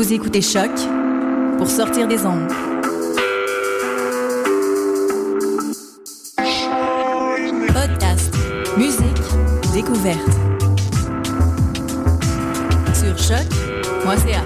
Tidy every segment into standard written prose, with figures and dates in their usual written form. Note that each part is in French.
Vous écoutez Choc pour sortir des ondes. Podcast, musique, découverte. Sur choc.ca.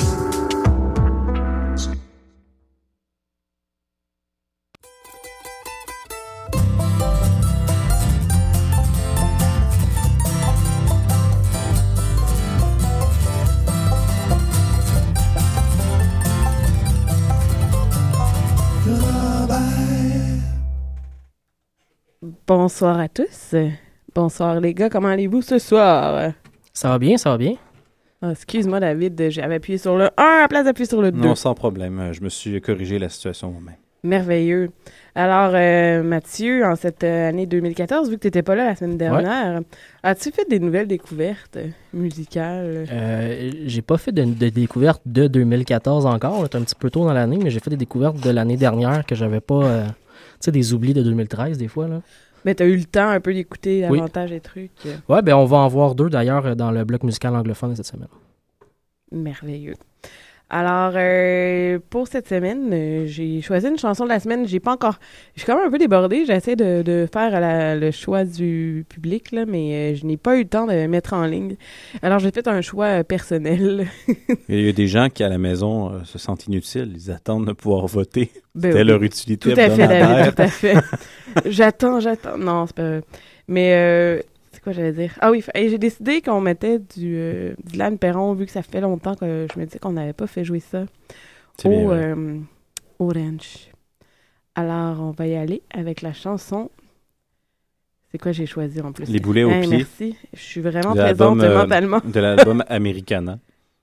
Bonsoir à tous. Bonsoir les gars, comment allez-vous ce soir? Ça va bien, ça va bien. Oh, excuse-moi David, j'avais appuyé sur le 1 à la place d'appuyer sur le 2. Non, sans problème. Je me suis corrigé la situation moi-même. Merveilleux. Alors Mathieu, en cette année 2014, vu que tu n'étais pas là la semaine dernière, as-tu fait des nouvelles découvertes musicales? J'ai pas fait de découvertes de 2014 encore. On est un petit peu tôt dans l'année, mais j'ai fait des découvertes de l'année dernière que j'avais pas... tu sais, des oublis de 2013 des fois, là. Mais t'as eu le temps un peu d'écouter davantage des trucs. Ouais, ben on va en voir deux d'ailleurs dans le bloc musical anglophone cette semaine. Merveilleux. Alors, pour cette semaine, j'ai choisi une chanson de la semaine. Je suis quand même un peu débordée. J'essaie de faire le choix du public, là, mais je n'ai pas eu le temps de mettre en ligne. Alors, j'ai fait un choix personnel. Il y a des gens qui, à la maison, se sentent inutiles. Ils attendent de pouvoir voter. Ben C'était oui. leur utilité Tout à fait, hebdomadaire. David, tout à fait. J'attends. Non, c'est pas... Mais... c'est quoi j'allais dire? Ah oui, j'ai décidé qu'on mettait du Dylan Perron, vu que ça fait longtemps que je me disais qu'on n'avait pas fait jouer ça au Orange. Alors, on va y aller avec la chanson. C'est quoi j'ai choisi en plus? Les boulets aux pieds. Merci. Je suis vraiment De présente l'album, mentalement. de l'album Americana.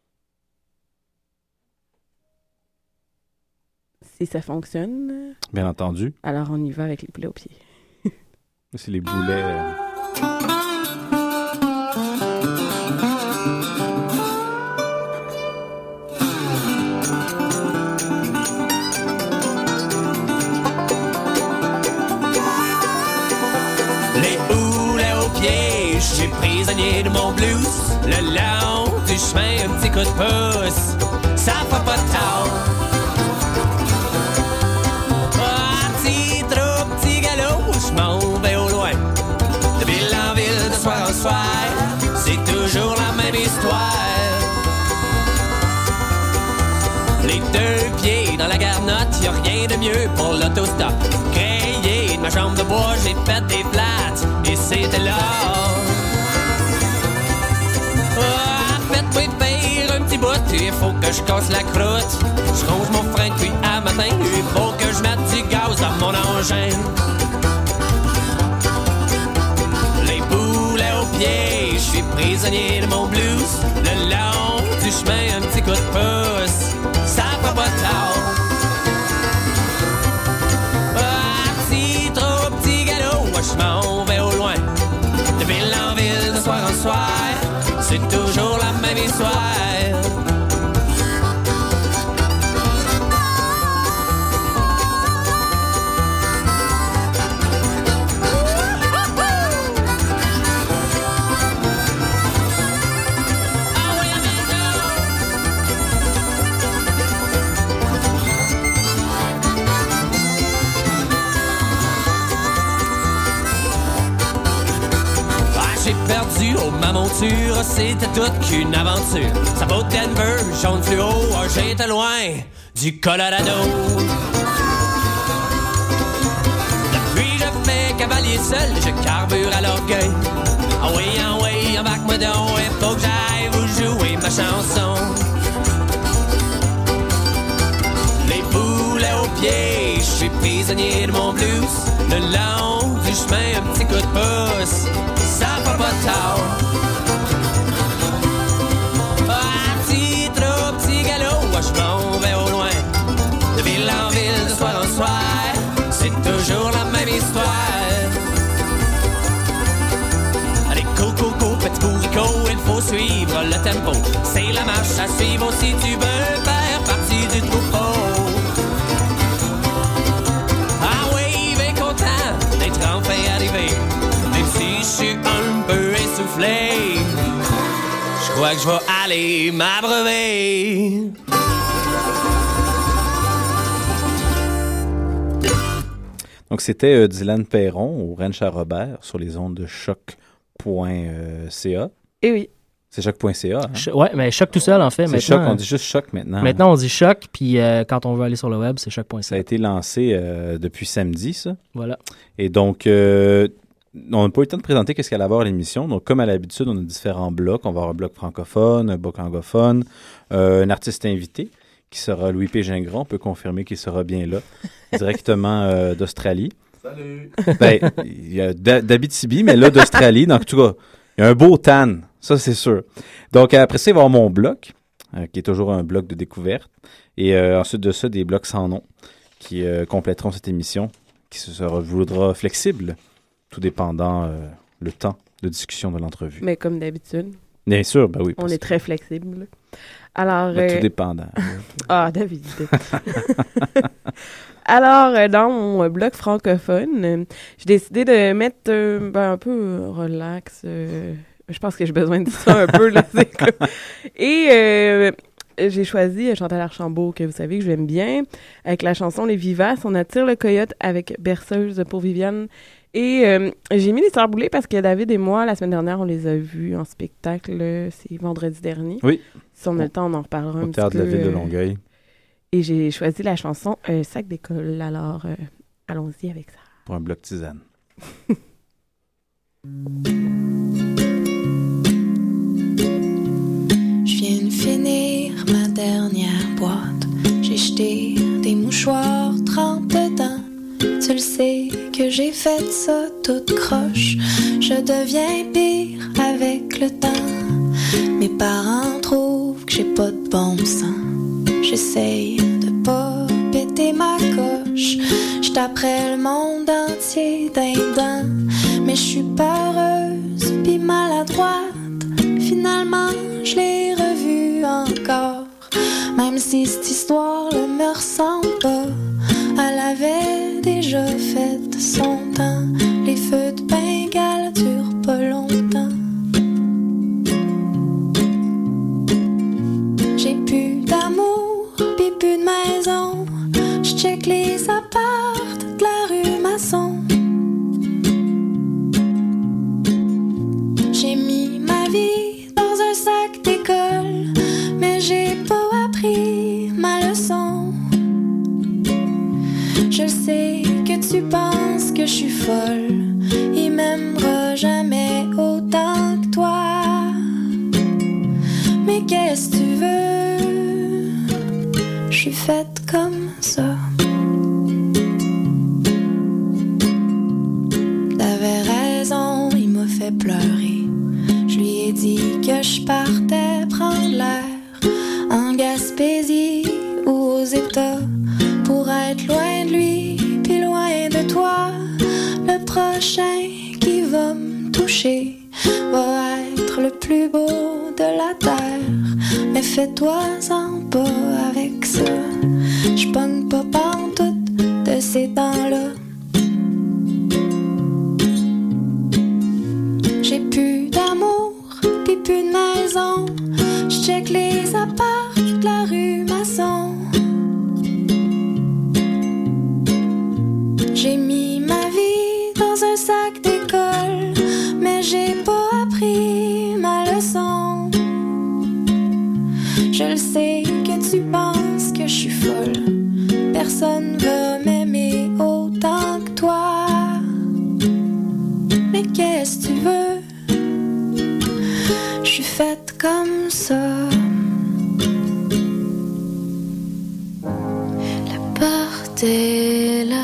Si ça fonctionne, Bien entendu. alors on y va avec les boulets aux pieds. C'est les boulets... Les boulets aux pieds, je suis prisonnier de mon blues. Le long du chemin, un petit coup de pouce, ça fait pas de tard. Petit trou, petit galop, je m'en vais au loin. De ville en ville, de soir en soir, c'est toujours la même histoire. Les deux pieds dans la garnotte, y'a rien de mieux pour l'autostop. Créé de ma chambre de bois, j'ai fait des plates et c'était là. Faites-moi faire un petit bout, il faut que je casse la croûte. Je ronge mon frein depuis à matin, il faut que je mette du gaz dans mon engin. Les boulets aux pieds, je suis prisonnier de mon blues. Le long du chemin, un petit coup de pouce, ça fait pas de tard. Petit trou, petit galop, je m'en vais au loin. De ville en ville, de soir en soir, c'est toujours la même histoire. J'ai perdu ma monture, c'était toute qu'une aventure. Ça vaut Denver, jaune fluo, j'étais loin du Colorado. Depuis je fais cavalier seul, je carbure à l'orgueil. Ah oui, embarque-moi donc, il faut que j'aille vous jouer ma chanson. Les boulets aux pieds, je suis prisonnier de mon blues. Le long du chemin, un petit coup de pouce, ça fait pas de tard. Petit trou, petit galop, je m'en vais au loin. De ville en ville, de soir en soir, c'est toujours la même histoire. Allez, go, petit bourricot, il faut suivre le tempo. C'est la marche à suivre si tu veux faire partie du troupeau. Ah oui, bien content d'être enfin arrivé. Même si je suis un peu essoufflé, je crois que je vais aller m'abreuver. Donc, c'était Dylan Perron au Ranch à Robert sur les ondes de choc.ca. Et oui. C'est choc.ca. Hein? Ouais, mais Choc tout seul, en fait. C'est Maintenant, Choc, on dit juste Choc maintenant. Maintenant, on dit Choc, puis quand on veut aller sur le web, c'est choc.ca. Ça a été lancé depuis samedi, ça. Voilà. Et donc, on n'a pas eu le temps de présenter qu'est-ce qu'elle allait avoir à l'émission. Donc, comme à l'habitude, on a différents blocs. On va avoir un bloc francophone, un bloc anglophone, un artiste invité qui sera Louis P. Gingras. On peut confirmer qu'il sera bien là, directement d'Australie. Salut! Ben, il y a d'Abitibi, mais là, d'Australie. Donc, en tout cas, il y a un beau tan. Ça, c'est sûr. Donc, après ça, il va y avoir mon bloc, qui est toujours un bloc de découverte. Et ensuite de ça, des blocs sans nom qui compléteront cette émission, qui se voudra flexible, tout dépendant le temps de discussion de l'entrevue. Mais comme d'habitude, Bien sûr, ben oui. on est très flexible. Alors... Tout dépendant. Ah, David. Alors, dans mon bloc francophone, j'ai décidé de mettre un peu relax. Je pense que j'ai besoin de ça un peu. Là, et j'ai choisi Chantal Archambault, que vous savez que j'aime bien, avec la chanson Les Vivaces. On attire le coyote avec Berceuse pour Viviane. Et j'ai mis les Sœurs Boulay parce que David et moi, la semaine dernière, on les a vus en spectacle. C'est vendredi dernier. Oui. Si on a le temps, on en reparlera un Au petit théâtre peu. de la ville de Longueuil. Et j'ai choisi la chanson Sac d'école. Alors, allons-y avec ça. Pour un bloc tisane. Je viens de finir ma dernière boîte. J'ai jeté des mouchoirs trempes dedans. Tu le sais que j'ai fait ça toute croche. Je deviens pire avec le temps. Mes parents trouvent que j'ai pas de bon sens. J'essaye de pas péter ma coche. J'taperais le monde entier d'un dent. Mais je suis peureuse pis maladroite. Finalement, je l'ai revue encore. Même si cette histoire ne me ressemble pas. Elle avait déjà fait son temps. Les feux de Bengale durent pas longtemps. J'ai plus d'amour, pis plus de maison. J'check les apparts de la rue Masson. J'ai mis ma vie dans un sac d'école, mais j'ai pas appris ma leçon. Je sais que tu penses que je suis folle. Il m'aimera jamais autant que toi. Mais qu'est-ce que tu veux? Je suis faite comme ça. T'avais raison, il m'a fait pleurer. Je lui ai dit que je partais prendre l'air en Gaspésie ou aux États. Pour être loin de lui, puis loin de toi. Le prochain qui va me toucher va être le plus beau de la terre. Mais fais-toi-en pas avec ça. J'pogne pas pantoute de ces temps-là. J'ai plus d'amour, pis plus de maison. J'check les apparts de la rue Masson. J'ai mis ma vie dans un sac d'école, mais j'ai pas appris ma leçon. Je le sais que tu penses que je suis folle. Personne va m'aimer autant que toi. Mais qu'est-ce que tu veux? Je suis faite comme ça. La porte est là.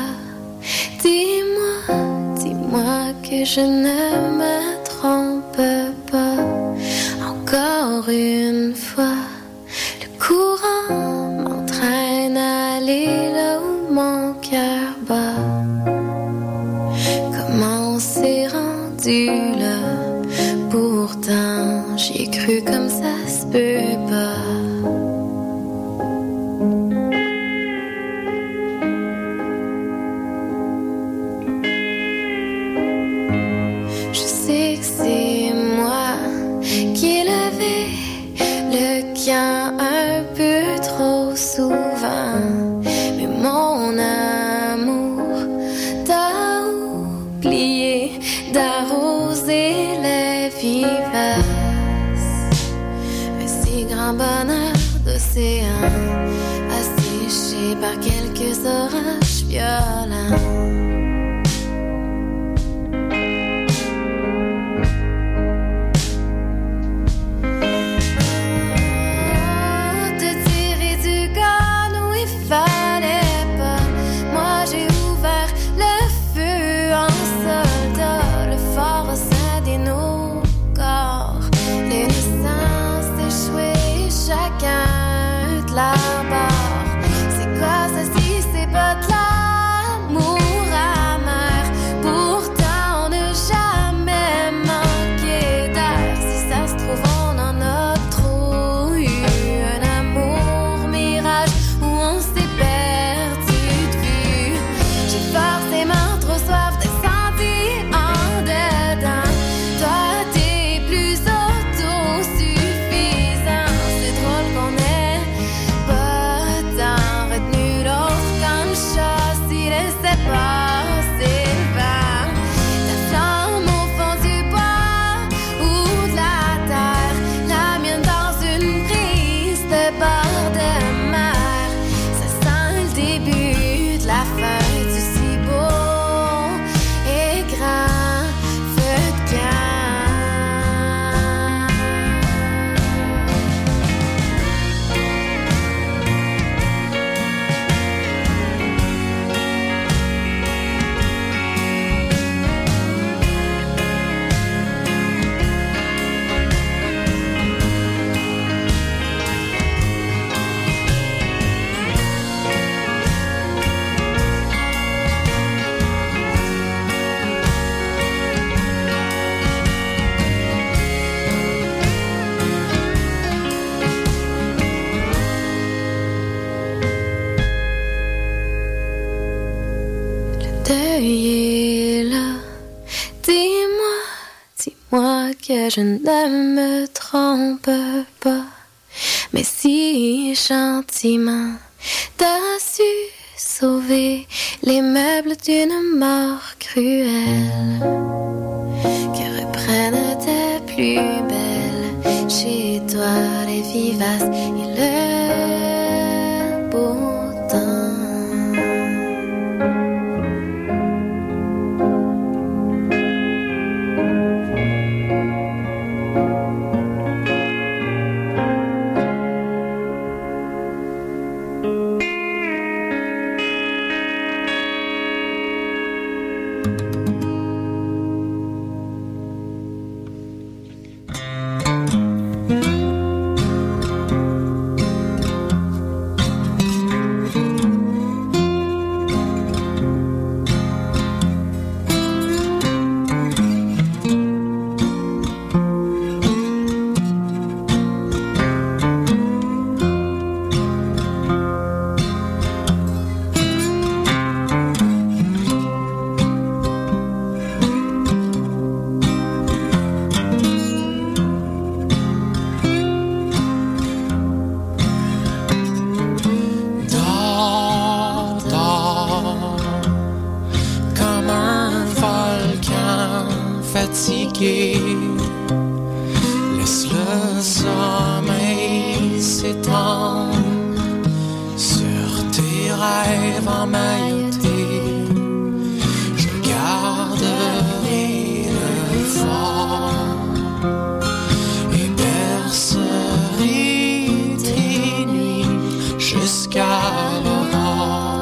Dis-moi que je ne me trompe pas. Encore une fois, le courant m'entraîne à aller là où mon cœur bat. Comment on s'est rendu là? Pourtant, j'y ai cru comme ça se peut pas. Je sais que c'est moi qui l'avais et les vivaces. Un si grand bonheur d'océan, asséché par quelques orages violents. C'est quoi ça si c'est pas de l'amour amer? Pourtant on n'a jamais manqué d'air. Si ça se trouve on en a trop eu. Un amour mirage où on s'est perdu de vue. J'ai forcément trop soif de sentir en dedans. Toi t'es plus autosuffisant. C'est drôle qu'on ait passer le vent. Ta flamme au fond du bois ou de la terre, la mienne dans une brise de bord de mer. Ça sent le début de la fin du si beau et grand feu de camp. Deuil est là. Dis-moi que je ne me trompe pas. Mais si gentiment t'as su sauver les meubles d'une mort cruelle, que reprennent tes plus belles chez toi les vivaces et le beau temps. Laisse le sommeil s'étendre sur tes rêves emmaillotés. Je garderai le fort et bercerai tes nuits jusqu'à l'aurore.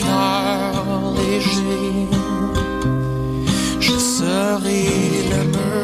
cœur léger, je serai le mur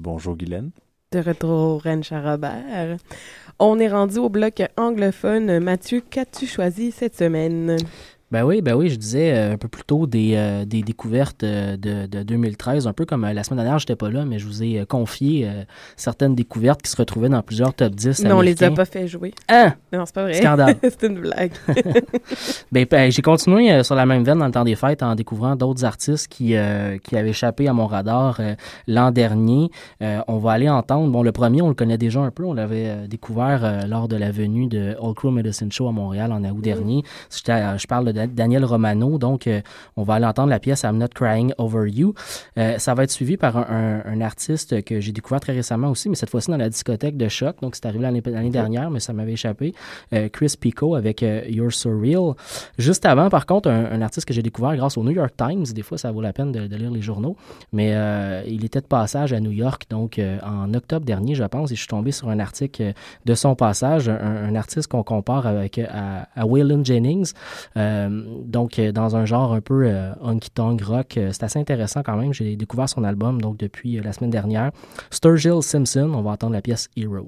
Bonjour Guylaine. De retour au Ranch à Robert. On est rendu au bloc anglophone. Mathieu, qu'as-tu choisi cette semaine? Ben oui, je disais un peu plus tôt des découvertes de 2013, un peu comme la semaine dernière, j'étais pas là, mais je vous ai confié certaines découvertes qui se retrouvaient dans plusieurs top 10 Non, on les américains. a pas fait jouer. Hein? Non, c'est pas vrai. Scandale. C'est une blague. J'ai continué sur la même veine dans le temps des fêtes en découvrant d'autres artistes qui avaient échappé à mon radar l'an dernier. On va aller entendre, bon, le premier, on le connaît déjà un peu, on l'avait découvert lors de la venue de All Crow Medicine Show à Montréal en août dernier. Je parle de Daniel Romano, donc on va aller entendre la pièce I'm Not Crying Over You. Ça va être suivi par un artiste que j'ai découvert très récemment aussi, mais cette fois-ci dans la discothèque de Choc, donc c'est arrivé l'année dernière, mais ça m'avait échappé. Chris Pico avec You're So Real. Juste avant, par contre, un artiste que j'ai découvert grâce au New York Times, des fois ça vaut la peine de lire les journaux, mais il était de passage à New York, donc en octobre dernier, je pense, et je suis tombé sur un article de son passage, un artiste qu'on compare à Waylon Jennings, donc dans un genre un peu honky-tonk rock. C'est assez intéressant quand même. J'ai découvert son album donc depuis la semaine dernière. Sturgill Simpson, on va entendre la pièce Hero.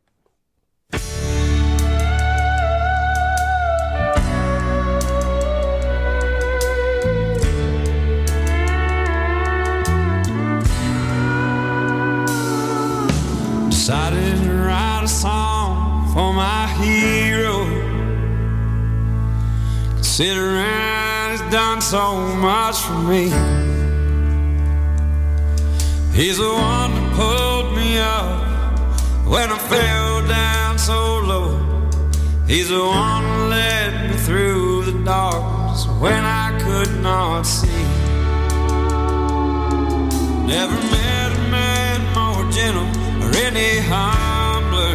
Decided to write a song for my hero. Considering he's done so much for me. He's the one that pulled me up when I fell down so low. He's the one that led me through the darkness when I could not see. Never met a man more gentle or any humbler.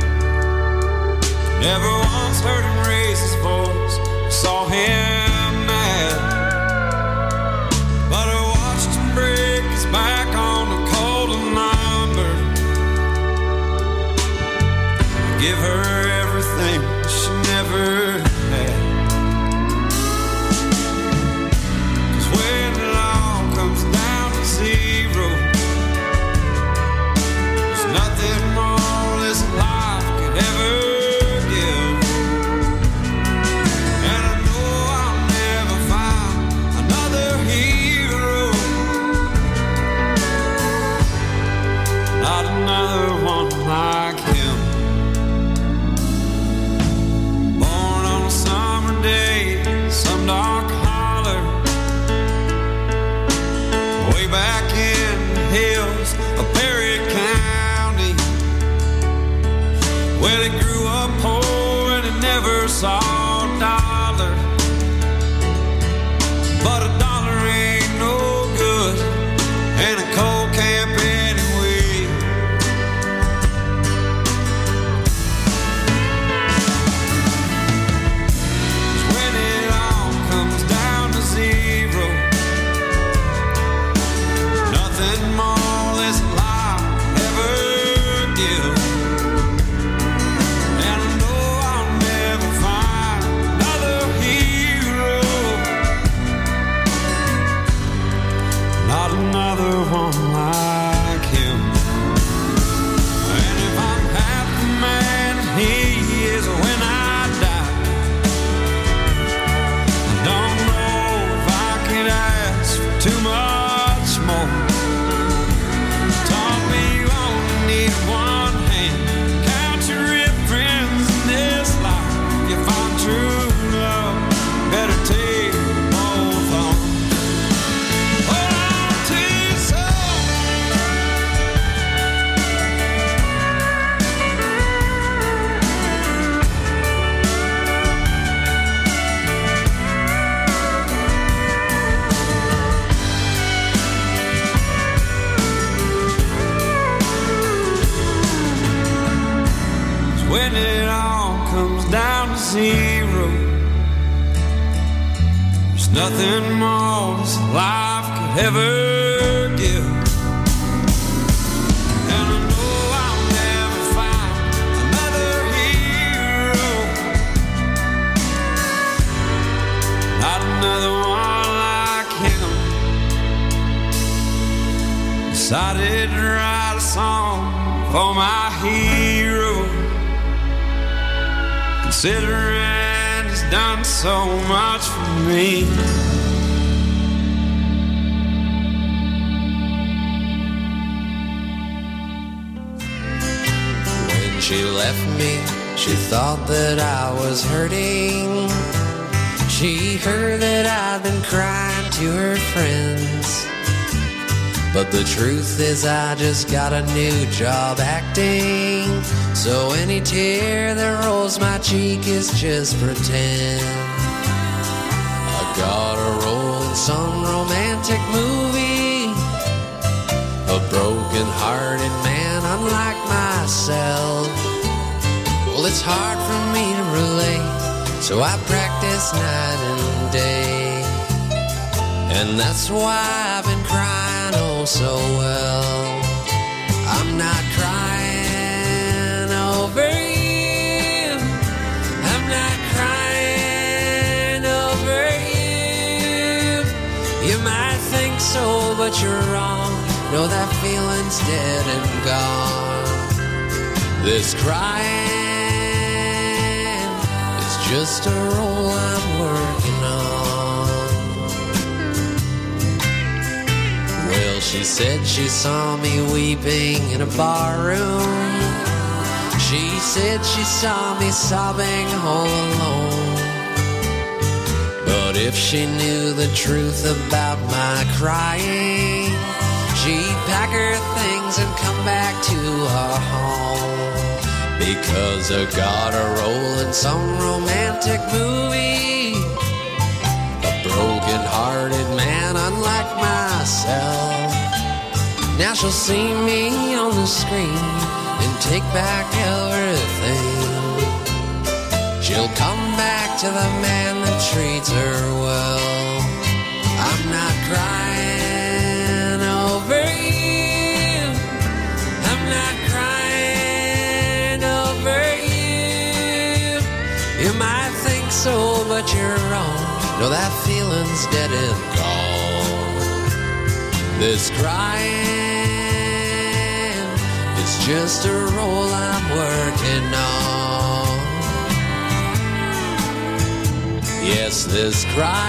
Never once heard him raise his voice, saw him mad. But I watched him break his back on the cold and lumber. Give her everything she never had. 'Cause when it all comes down to zero, there's nothing more this life could ever give. And I know I'll never find another hero, not another one like him. Born on a summer day, some dark holler, way back in the hills of Perry County. Well, he grew up poor and he never saw a dollar. But a dollar ain't no good in a cold camp anyway. 'Cause when it all comes down to zero, nothing more this life could ever give. And I know I'll never find another hero, not another one like him. And if I'm half the man he is when I die, I don't know if I could ask for too much more. Taught me you only need one hand, count your real friends in this life. You find true love, better take both on. Hold on to your soul. When it all comes down to zero, there's nothing more this life could ever give. And I know I'll never find another hero, not another one like him. Decided decided to write a song for my hero, considering he's done so much for me. When she left me, she thought that I was hurting. She heard that I'd been crying to her friends, but the truth is I just got a new job acting, so any tear that rolls my cheek is just pretend. I got a role in some romantic movie, a broken-hearted man unlike myself. Well, it's hard for me to relate, so I practice night and day, and that's why I've been crying oh so well. I'm not crying over you, I'm not crying over you. You might think so, but you're wrong. No, that feeling's dead and gone. This crying is just a role I'm working on. Well, she said she saw me weeping in a barroom. She said she saw me sobbing all alone. But if she knew the truth about my crying, she'd pack her things and come back to her home. Because I got a role in some romantic movie, a broken-hearted man unlike myself. Now she'll see me on the screen and take back everything. She'll come back to the man that treats her well. I'm not crying over you, I'm not crying over you. You might think so, but you're wrong. No, that feeling's dead and gone. This crying is just a role I'm working on. Yes, this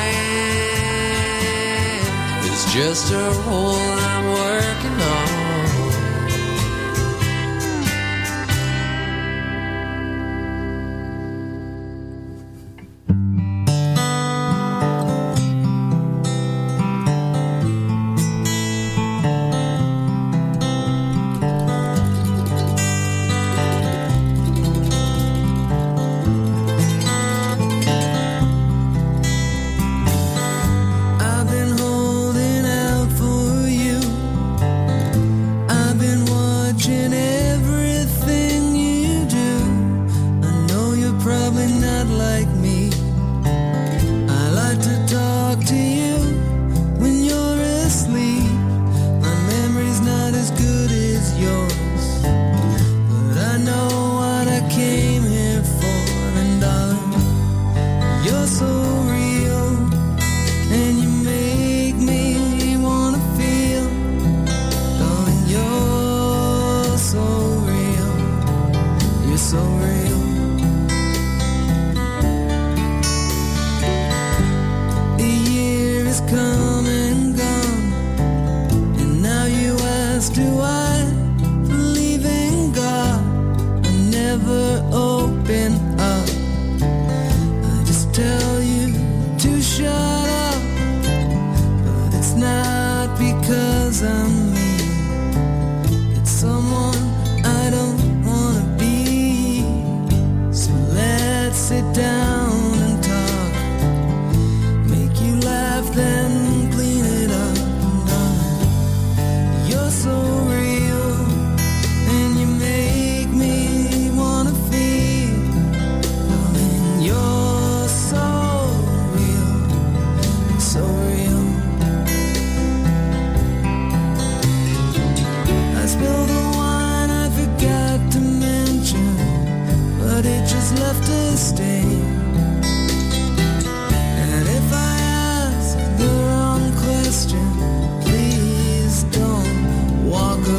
crying is just a role I'm working on. Walk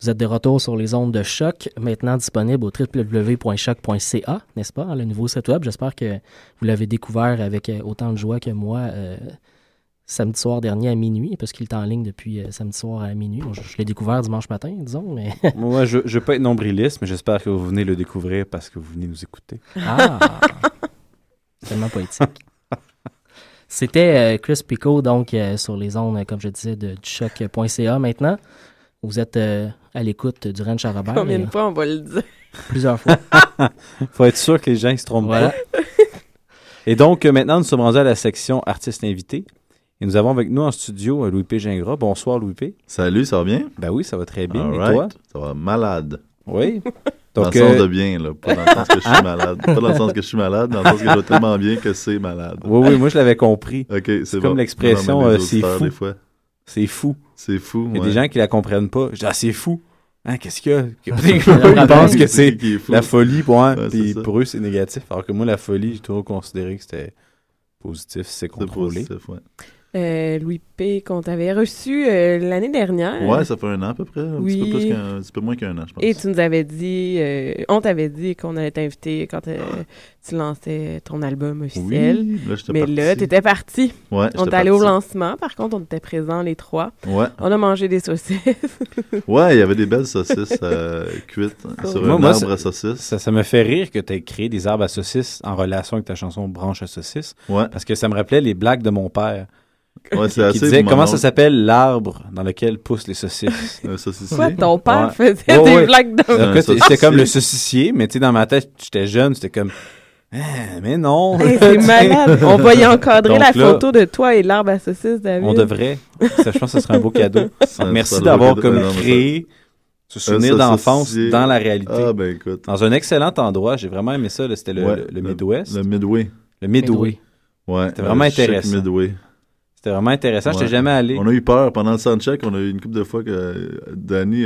Vous êtes de retour sur les ondes de Choc, maintenant disponible au www.choc.ca, n'est-ce pas, le nouveau site web. J'espère que vous l'avez découvert avec autant de joie que moi samedi soir dernier à minuit, parce qu'il est en ligne depuis samedi soir à minuit. Bon, je l'ai découvert dimanche matin, disons, mais... Moi, je ne veux pas être nombriliste, mais j'espère que vous venez le découvrir parce que vous venez nous écouter. Ah! C'est tellement poétique. C'était Chris Pico, donc, sur les ondes, comme je disais, du choc.ca maintenant. Vous êtes à l'écoute du Ranch à Robert. Combien de fois on va le dire? Plusieurs fois. Faut être sûr que les gens ne se trompent Voilà. pas. Et donc, maintenant, nous sommes rendus à la section artistes invités. Et nous avons avec nous en studio Louis-P. Gingras. Bonsoir, Louis-P. Salut, ça va bien? Ben oui, ça va très bien. All Et right. toi? Ça va malade. Oui. Dans Donc, le sens de bien, là. Pas dans le sens que je suis malade. Pas dans le sens que je suis malade, dans le sens que je vais tellement bien que c'est malade. oui, je l'avais compris. OK, c'est comme bon. l'expression, Non, mais les c'est auditeurs, fou. des fois. C'est fou. C'est fou, Il y a ouais. des gens qui la comprennent pas. Je dis, c'est fou. Hein, qu'est-ce qu'il y a? La Ils pensent que c'est qui est fou. la folie, Ouais, puis c'est ça. pour eux, c'est négatif. Alors que moi, la folie, j'ai toujours considéré que c'était positif, c'est C'est contrôlé. positif, ouais. Louis P. qu'on t'avait reçu l'année dernière. Ouais, ça fait un an à peu près. Un Oui. petit peu moins qu'un an, je pense. Et tu nous avais dit, on t'avait dit qu'on allait t'inviter quand tu lançais ton album officiel. Oui, là, j'étais Mais parti. là, t'étais parti. Ouais, On j'étais est allé au parti. lancement. Par contre, on était présents les trois. Ouais. On a mangé des saucisses. Ouais, il y avait des belles saucisses cuites sur Moi, un moi, arbre à saucisses. Ça me fait rire que tu aies créé des arbres à saucisses en relation avec ta chanson Branche à saucisses, Ouais, parce que ça me rappelait les blagues de mon père, ouais, c'est qui assez... disait mon comment ça oncle, s'appelle l'arbre dans lequel poussent les saucisses. un saucissier. Quoi, ton père Ouais. faisait Ouais, des ouais. blagues de... Un En fait, saucissier. c'était comme le saucissier, mais tu sais, dans ma tête, j'étais jeune, c'était comme mais non. Hey, c'est malade. On va y encadrer Donc la là- photo de toi et l'arbre à saucisses, David. On devrait. Ça, je pense que ce serait un beau cadeau. Merci Ça d'avoir doit- comme non, mais ça- créé ce souvenir Un d'enfance saucissier. dans la réalité. Ah, ben écoute. Dans un excellent endroit. J'ai vraiment aimé ça. Là, c'était Ouais, le Midwest. Le Midway. Le Midway. Ouais. C'était vraiment chic intéressant. Midway. C'était vraiment intéressant. Je Ouais. n'étais jamais allé. On a eu peur pendant le soundcheck. On a eu une couple de fois que Danny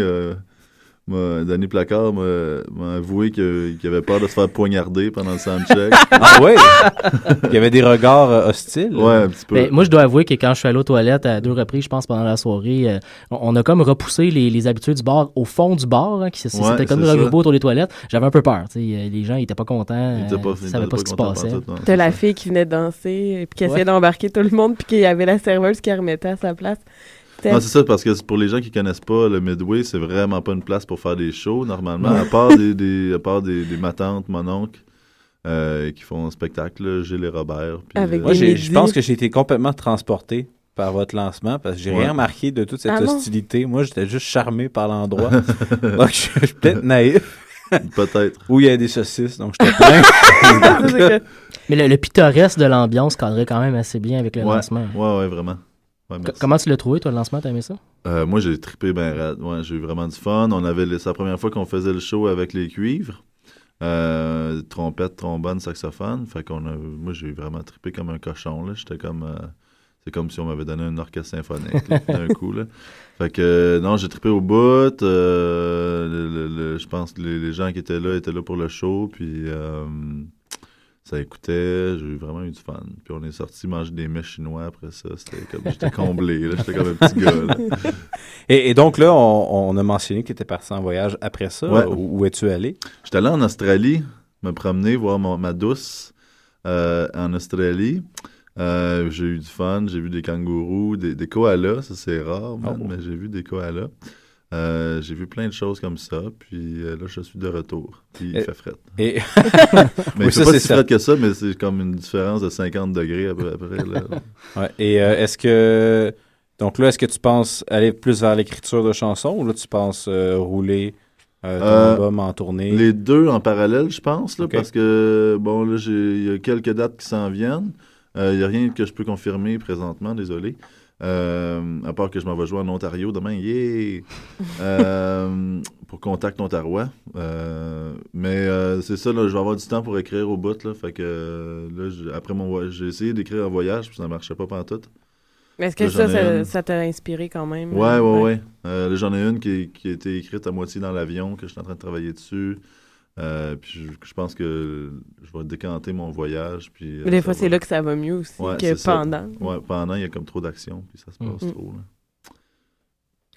Placard m'a avoué qu'il avait peur de se faire poignarder pendant le soundcheck. Ah ouais? Il y avait des regards hostiles. Ouais, un petit peu. Ben, moi, je dois avouer que quand je suis allé aux toilettes à 2 reprises, je pense, pendant la soirée, on a comme repoussé les habitués du bar au fond du bar. Hein, c'était Ouais, comme c'est un ça. groupe autour des toilettes. J'avais un peu peur. Les gens n'étaient pas contents. Il était pas, Ils savaient pas ce qui se content passait. pantoute, non, T'as c'est la ça. fille qui venait danser, puis qui essayait Ouais. d'embarquer tout le monde, puis qu'il y avait la serveuse qui remettait à sa place. C'était- Non, c'est ça, parce que pour les gens qui connaissent pas le Midway, c'est vraiment pas une place pour faire des shows, normalement, à part des ma tante, mon oncle, qui font un spectacle, là, Gilles et Robert. Puis, Avec Moi, des je midis. pense que j'ai été complètement transporté par votre lancement parce que j'ai Ouais. rien remarqué de toute cette Ah non? hostilité. Moi, j'étais juste charmé par l'endroit. Donc, je suis peut-être naïf. peut-être. Où il y a des saucisses, donc j'étais plein. C'est que- Mais le pittoresque de l'ambiance cadrait quand même assez bien avec le Ouais, lancement. ouais, vraiment. Ouais, merci. Comment tu l'as trouvé, toi, le lancement? T'as aimé ça? Moi, j'ai trippé ben raide. Ouais, j'ai eu vraiment du fun. C'est la première fois qu'on faisait le show avec les cuivres. Trompette, trombone, saxophone. Fait moi, j'ai vraiment trippé comme un cochon, là. J'étais comme... c'est comme si on m'avait donné un orchestre symphonique, là, d'un coup, là. Fait que, non, j'ai trippé au bout. Je pense que les gens qui étaient là pour le show. Puis... ça écoutait, j'ai vraiment eu du fun. Puis on est sorti manger des mets chinois après ça. C'était comme, j'étais comblé, là. J'étais comme un petit gars, là. Et donc là, on a mentionné que tu étais parti en voyage après ça. Ouais. Où es-tu allé? J'étais allé en Australie, me promener, voir ma douce en Australie. J'ai eu du fun, j'ai vu des kangourous, des koalas, ça c'est rare, man, Oh. mais j'ai vu des koalas. J'ai vu plein de choses comme ça, puis là, je suis de retour. Puis il fait fret. Et Mais Oui, il ça, fait pas c'est si ça. fret que ça, mais c'est comme une différence de 50 degrés à peu près. Là. ouais. Et est-ce que... Donc là, est-ce que tu penses aller plus vers l'écriture de chansons ou là, tu penses rouler ton album en tournée? Les deux en parallèle, je pense, là, Ok. parce que, bon, là, il y a quelques dates qui s'en viennent. Il n'y a rien que je peux confirmer présentement, désolé. À part que je m'en vais jouer en Ontario demain, yeah! Pour Contact Ontario. Mais c'est ça, là, je vais avoir du temps pour écrire au bout, là. Fait que, là, après mon voyage, j'ai essayé d'écrire en voyage, puis ça ne marchait pas pantoute. Mais est-ce que Là, j'en ai ça une. ça t'a inspiré quand même? Ouais. Là, j'en ai une qui a été écrite à moitié dans l'avion, que je suis en train de travailler dessus. Puis je pense que je vais décanter mon voyage. Puis, Mais des ça fois, va- c'est là que ça va mieux aussi Ouais, que c'est ça. pendant. Ouais, pendant, il y a comme trop d'action, puis ça se passe trop. Là.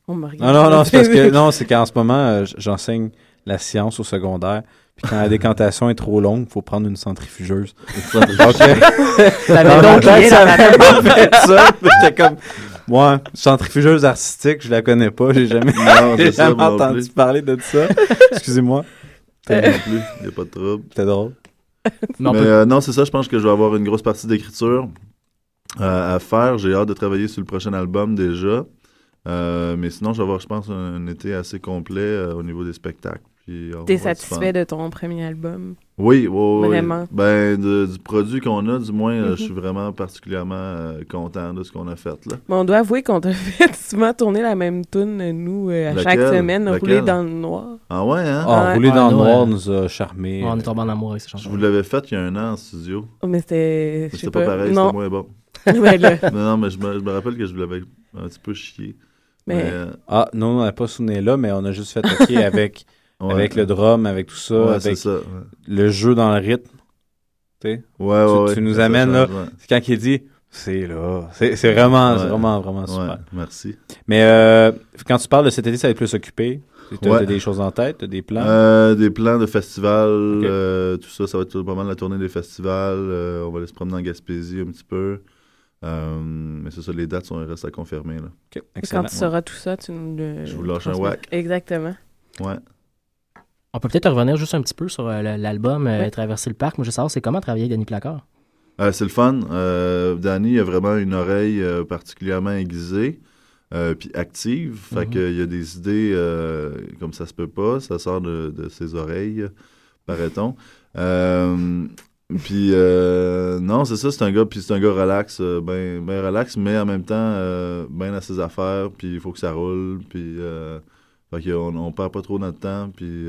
On me regarde. Non, c'est parce que non, c'est qu'en ce moment, j'enseigne la science au secondaire. Puis quand la décantation est trop longue, il faut prendre une centrifugeuse. Donc, T'avais donc rien dans ta tête. fait ça. Puis j'étais comme, moi, centrifugeuse artistique, je la connais pas. J'ai jamais, Non, j'ai c'est ça, jamais moi non entendu plus. parler de ça. Excusez-moi. Toi non plus, il n'y a pas de trouble. C'était drôle. Mais on Mais peut- non, c'est ça, je pense que je vais avoir une grosse partie d'écriture à faire. J'ai hâte de travailler sur le prochain album déjà. Mais sinon, je vais avoir, je pense, un été assez complet au niveau des spectacles. Puis, on va T'es avoir du satisfait fun. de ton premier album? Oui, oui. Vraiment? Ben, du produit qu'on a, du moins, Mhm. je suis vraiment particulièrement content de ce qu'on a fait, là. Mais on doit avouer qu'on t'a fait souvent tourner la même tune, nous, à chaque Laquelle? semaine, Laquelle? rouler dans le noir. Ah ouais, hein? Ah, Ouais. rouler dans le nous, noir nous a charmés. on est tombé en amour avec ces Je chansons. vous l'avais fait il y a un an en studio. Oh, mais c'était... Mais je sais c'était pas pareil, Non. c'était moins bon. Ouais, là. Non, mais je me rappelle que je vous l'avais un petit peu chié. Mais Ah, non, on n'a pas souvenir là, mais on a juste fait OK avec, ouais. avec le drum, avec tout ça, Ouais, c'est avec ça. Ouais, le jeu dans le rythme. Tu sais, ouais. tu nous ça amènes, change, là. ouais. c'est quand il dit c'est là. C'est vraiment, Ouais. c'est vraiment super. Ouais, merci. Mais quand tu parles de cet été, ça va être plus occupé. Tu as Ouais. des choses en tête, tu as des plans. Des plans de festivals, Ok. tout ça, ça va être pas mal la tournée des festivals. On va aller se promener en Gaspésie un petit peu. Mais c'est ça, les dates restent à confirmer. Là. OK, quand excellent. tu sauras tout ça, tu nous le... Je vous lâche un transmets. whack. Exactement. Ouais. On peut peut-être revenir juste un petit peu sur l'album Ouais. Traverser le parc. Moi, je veux savoir, c'est comment travailler avec Danny Placard? C'est le fun. Danny a vraiment une oreille particulièrement aiguisée puis active. Fait Mhm. qu'il y a des idées comme ça se peut pas. Ça sort de ses oreilles, paraît-on. Puis non, c'est ça, c'est un gars relax, ben relax, mais en même temps ben à ses affaires, puis il faut que ça roule, puis fait qu'on perd pas trop notre temps, puis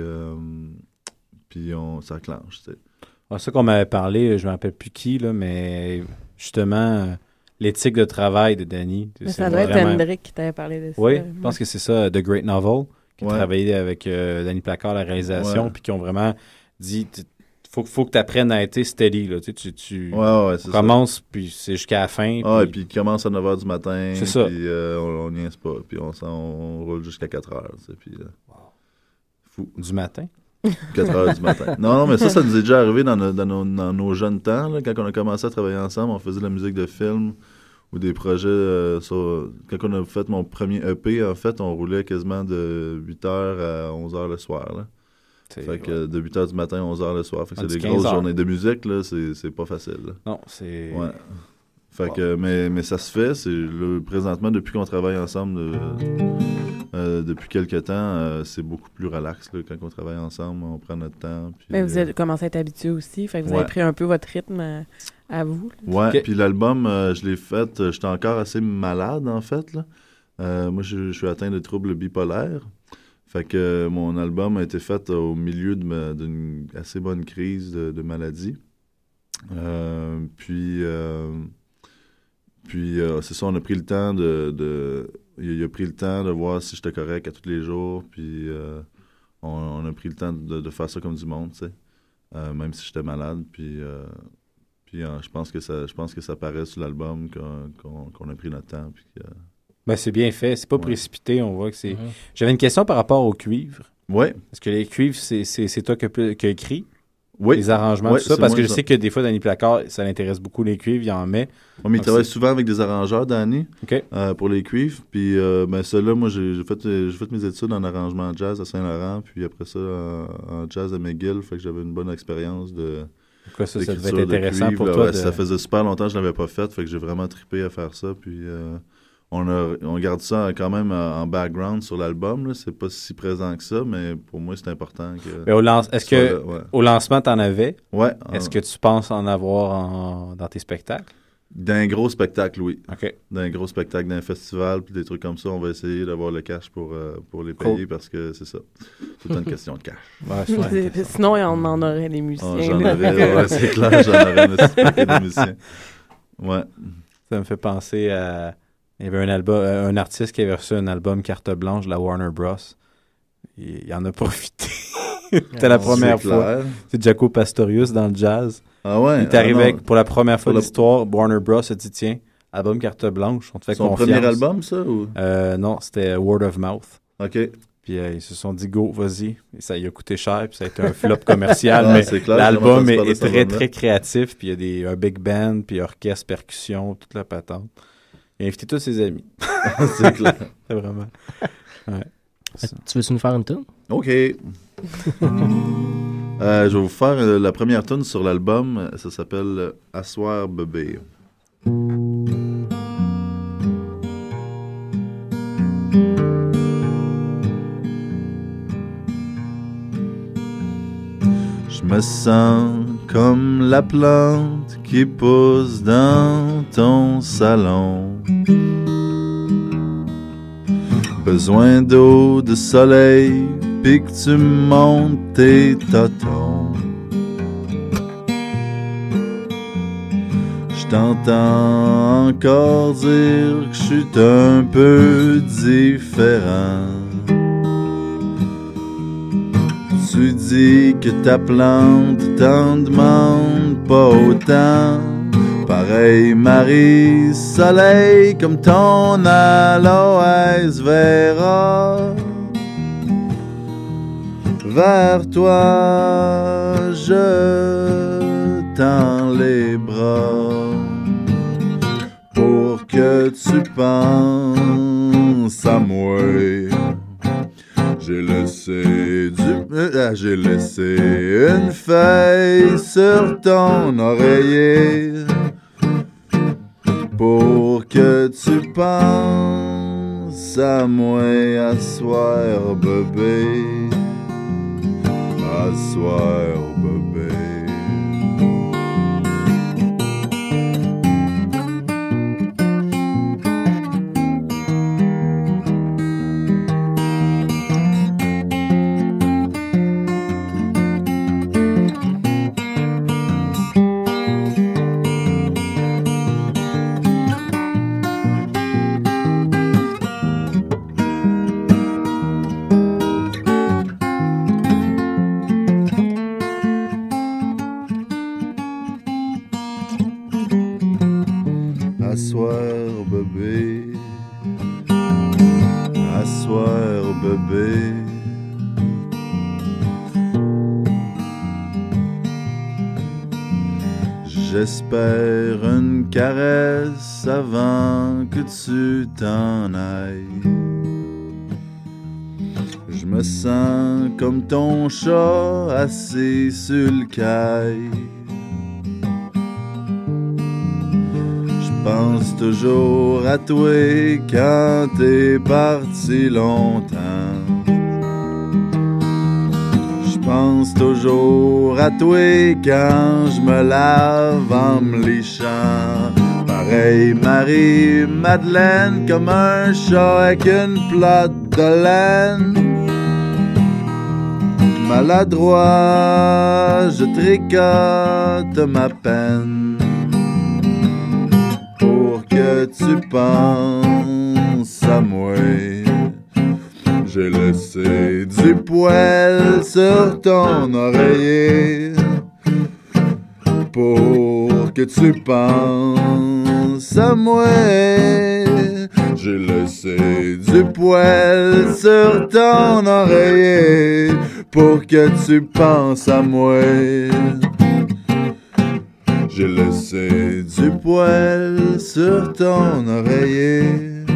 on s'enclenche, tu sais. Ah, ça qu'on m'avait parlé, je ne me rappelle plus qui, là, mais justement, l'éthique de travail de Danny. Mais c'est ça doit être vraiment- Hendrik qui t'avait parlé de ça. Oui, je pense que c'est ça, The Great Novel, qui a Ouais. travaillé avec Danny Placard, la réalisation, Ouais. puis qui ont vraiment dit faut que tu apprennes à être steady. Là, tu Ouais, c'est ça. commences, puis c'est jusqu'à la fin. Ah, et puis- puis il commence à 9h du matin, C'est ça. puis on niaise pas, puis on roule jusqu'à 4h, tu sais, puis fou. Du matin. 4h du matin. Non, mais ça nous est déjà arrivé dans nos jeunes temps, là, quand on a commencé à travailler ensemble, on faisait de la musique de film ou des projets quand on a fait mon premier EP, en fait, on roulait quasiment de 8h à 11h le soir, là. Fait que de 8h du matin à 11h le soir, fait que On c'est dit des grosses 15 heures. journées de musique, là, c'est pas facile, là. Non, c'est... Ouais. Fait que, mais ça se fait. Présentement, depuis qu'on travaille ensemble depuis quelques temps, c'est beaucoup plus relax. Là, quand on travaille ensemble, on prend notre temps. Puis, Mais vous avez commencé à être habitué aussi, fait que vous Ouais. avez pris un peu votre rythme à vous. Ouais, Ok. puis l'album, je l'ai fait, j'étais encore assez malade, en fait. Là. Moi, je suis atteint de troubles bipolaires. Fait que mon album a été fait au milieu d'une assez bonne crise de maladie. Puis c'est ça, on a pris le temps il a pris le temps de voir si j'étais correct à tous les jours, puis on a pris le temps de faire ça comme du monde, tu sais, même si j'étais malade, puis je pense que ça paraît sur l'album qu'on a pris notre temps, puis Ben, c'est bien fait, c'est pas Ouais. précipité, on voit que c'est... Mhm. J'avais une question par rapport au cuivre. ouais, Est-ce que les cuivres, c'est toi qui as écrit oui. les arrangements, Ouais, tout ça? c'est Parce moi, que je ça. sais que des fois, Danny Placard, ça l'intéresse beaucoup, les cuivres, il en met. Ouais, mais il Ah, travaille c'est- souvent avec des arrangeurs, Danny, OK. pour les cuivres. Puis, ben, ceux-là, moi, j'ai fait mes études en arrangement jazz à Saint-Laurent, puis après ça, en jazz à McGill. Fait que j'avais une bonne expérience Pourquoi ça devait être d'écriture de intéressant cuivre, pour là. toi? Ouais, de- Ça faisait super longtemps que je l'avais pas fait, fait que j'ai vraiment trippé à faire ça. Puis, on garde ça quand même en background sur l'album. Là. C'est pas si présent que ça, mais pour moi, c'est important que. Mais est-ce ça que soit là, au lancement, t'en avais? ouais. Est-ce que tu penses en avoir dans tes spectacles? D'un gros spectacle, oui. OK. D'un gros spectacle, d'un festival, puis des trucs comme ça, on va essayer d'avoir le cash pour les payer Cool. parce que c'est ça. C'est une question de cash. Ouais, c'est intéressant. Sinon, on en aurait des musiciens. Ah, j'en là. aurais, ouais, c'est clair, j'en aurais un petit paquet de musiciens. Ouais. Ça me fait penser à... Il y avait un artiste qui avait reçu un album carte blanche de la Warner Bros. Il en a profité. C'était la première C'est fois. clair. C'est Jaco Pastorius dans le jazz. Ah ouais? Il est arrivé ah non. avec, pour la première fois de Pour la- l'histoire, Warner Bros. A dit, tiens, album carte blanche. On te fait Son confiance. premier album, ça? Ou... Non, c'était Word of Mouth. OK. Puis ils se sont dit, go, vas-y. Et ça y a coûté cher, puis ça a été un flop commercial. Ah, mais c'est clair, l'album j'ai jamais entendu est parler très, de cet très créatif. Puis il y a un big band, puis orchestre, percussion, toute la patente. Il a invité tous ses amis. C'est clair. C'est vraiment... Ouais. Tu veux-tu nous faire une tune? OK. Je vais vous faire la première tune sur l'album. Ça s'appelle Assoir bébé. Je me sens comme la plante qui pousse dans ton salon. Besoin d'eau, de soleil, puis que tu montes tes totons. Je t'entends encore dire que je suis un peu différent. Tu dis que ta plante t'en demande pas autant. Pareil Marie Soleil comme ton aloès vera. Vers toi je tends les bras pour que tu penses à moi. J'ai laissé une feuille sur ton oreiller pour que tu penses à moi à soir bébé, à soir bébé. Assoir bébé, assoir bébé. J'espère une caresse avant que tu t'en ailles. Je me sens comme ton chat assis sur le caille. Pense toujours à toi quand t'es parti longtemps. Je pense toujours à toi quand je me lave en me lichant. Pareil Marie-Madeleine comme un chat avec une plate de laine. Maladroit, je tricote ma peine. Que tu penses à moi. J'ai laissé du poil sur ton oreiller pour que tu penses à moi. J'ai laissé du poil sur ton oreiller pour que tu penses à moi. J'ai laissé du poil sur ton oreiller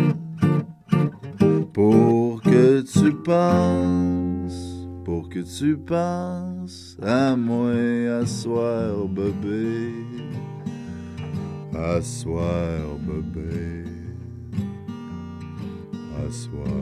pour que tu penses à moi à soir bébé, à soir bébé, à soir bébé.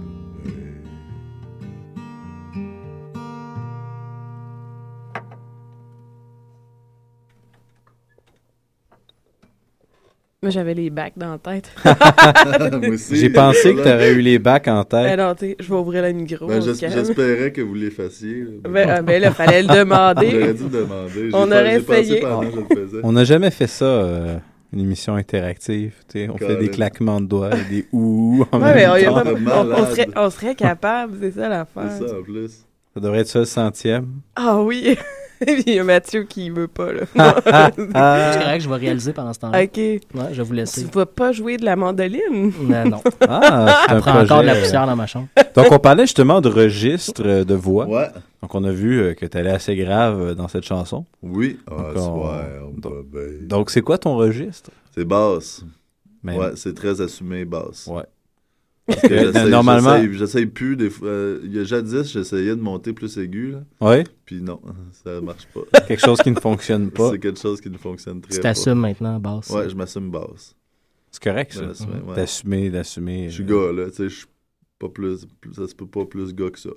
Moi, j'avais les bacs dans la tête. Moi aussi. J'ai pensé que tu aurais eu les bacs en tête. Ben non, je vais ouvrir la micro. Ben, on se calme. j'espérais que vous les fassiez. Ben là, fallait le demander. J'aurais dû le demander. On aurait j'ai pensé essayé. pendant que je le faisais. On n'a jamais fait ça, une émission interactive. Tu sais, on fait des Carrément. claquements de doigts, des ouh en Ouais, mais même on, y a temps. pas- Malade. on serait capable, c'est ça l'affaire. C'est ça en plus. Ça devrait être ça le 100e. Ah oui! Puis il y a Mathieu qui veut pas, là. C'est correct, je vais réaliser pendant ce temps-là. OK. Ouais, je vais vous Tu laisser. vas pas jouer de la mandoline? Non. Ah, c'est Je un prends encore de la projet. poussière dans ma chambre. Donc, on parlait justement de registre de voix. Ouais. Donc, on a vu que tu allais assez grave dans cette chanson. Oui. Ah, Donc, Donc, c'est quoi ton registre? c'est basse. Mais- Ouais, c'est très assumé basse. Ouais. Parce que Normalement- j'essaye plus. Des fois, il y a jadis, j'essayais de monter plus aigu, là. Ouais. Puis non, ça marche pas. Quelque chose qui ne fonctionne pas. C'est quelque chose qui ne fonctionne très Tu pas. t'assumes maintenant, basse. Ouais, je m'assume basse. C'est correct, ça. Je m'assume, ouais. D'assumer. Je suis gars, là. Tu sais, je suis pas plus. Ça se peut pas plus gars que ça.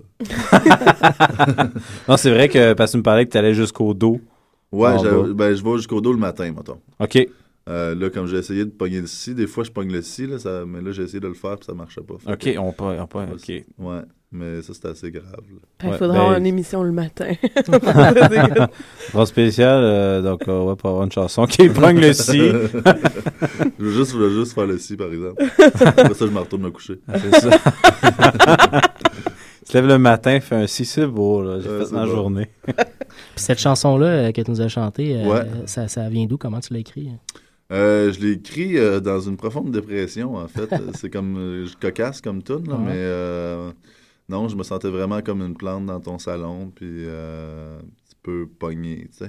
Non, c'est vrai que, parce que tu me parlais que tu allais jusqu'au dos. Ouais, En bas. je vais jusqu'au dos le matin, mettons. OK. Là, comme j'ai essayé de pogner le si, des fois je pogne le si, là, mais là j'ai essayé de le faire puis ça marchait pas. Fait OK, que- OK. Ouais, mais ça c'est assez grave. là. Il Ouais, faudra ben- avoir une émission le matin. Bon spécial, donc on va pas avoir une chanson qui pogne le si. Je voulais juste faire le si, par exemple. Après ça, je me retourne me coucher. C'est ça. Tu te lèves le matin, fais un si, c'est beau, là. J'ai fait c'est ma bon. journée. Puis cette chanson-là que tu nous as chantée, Ouais. ça vient d'où? Comment tu l'as écrit? Je l'ai écrit dans une profonde dépression, en fait. C'est comme cocasse comme tune, là, Ouais. mais non, je me sentais vraiment comme une plante dans ton salon, puis tu peux pogner, tu sais.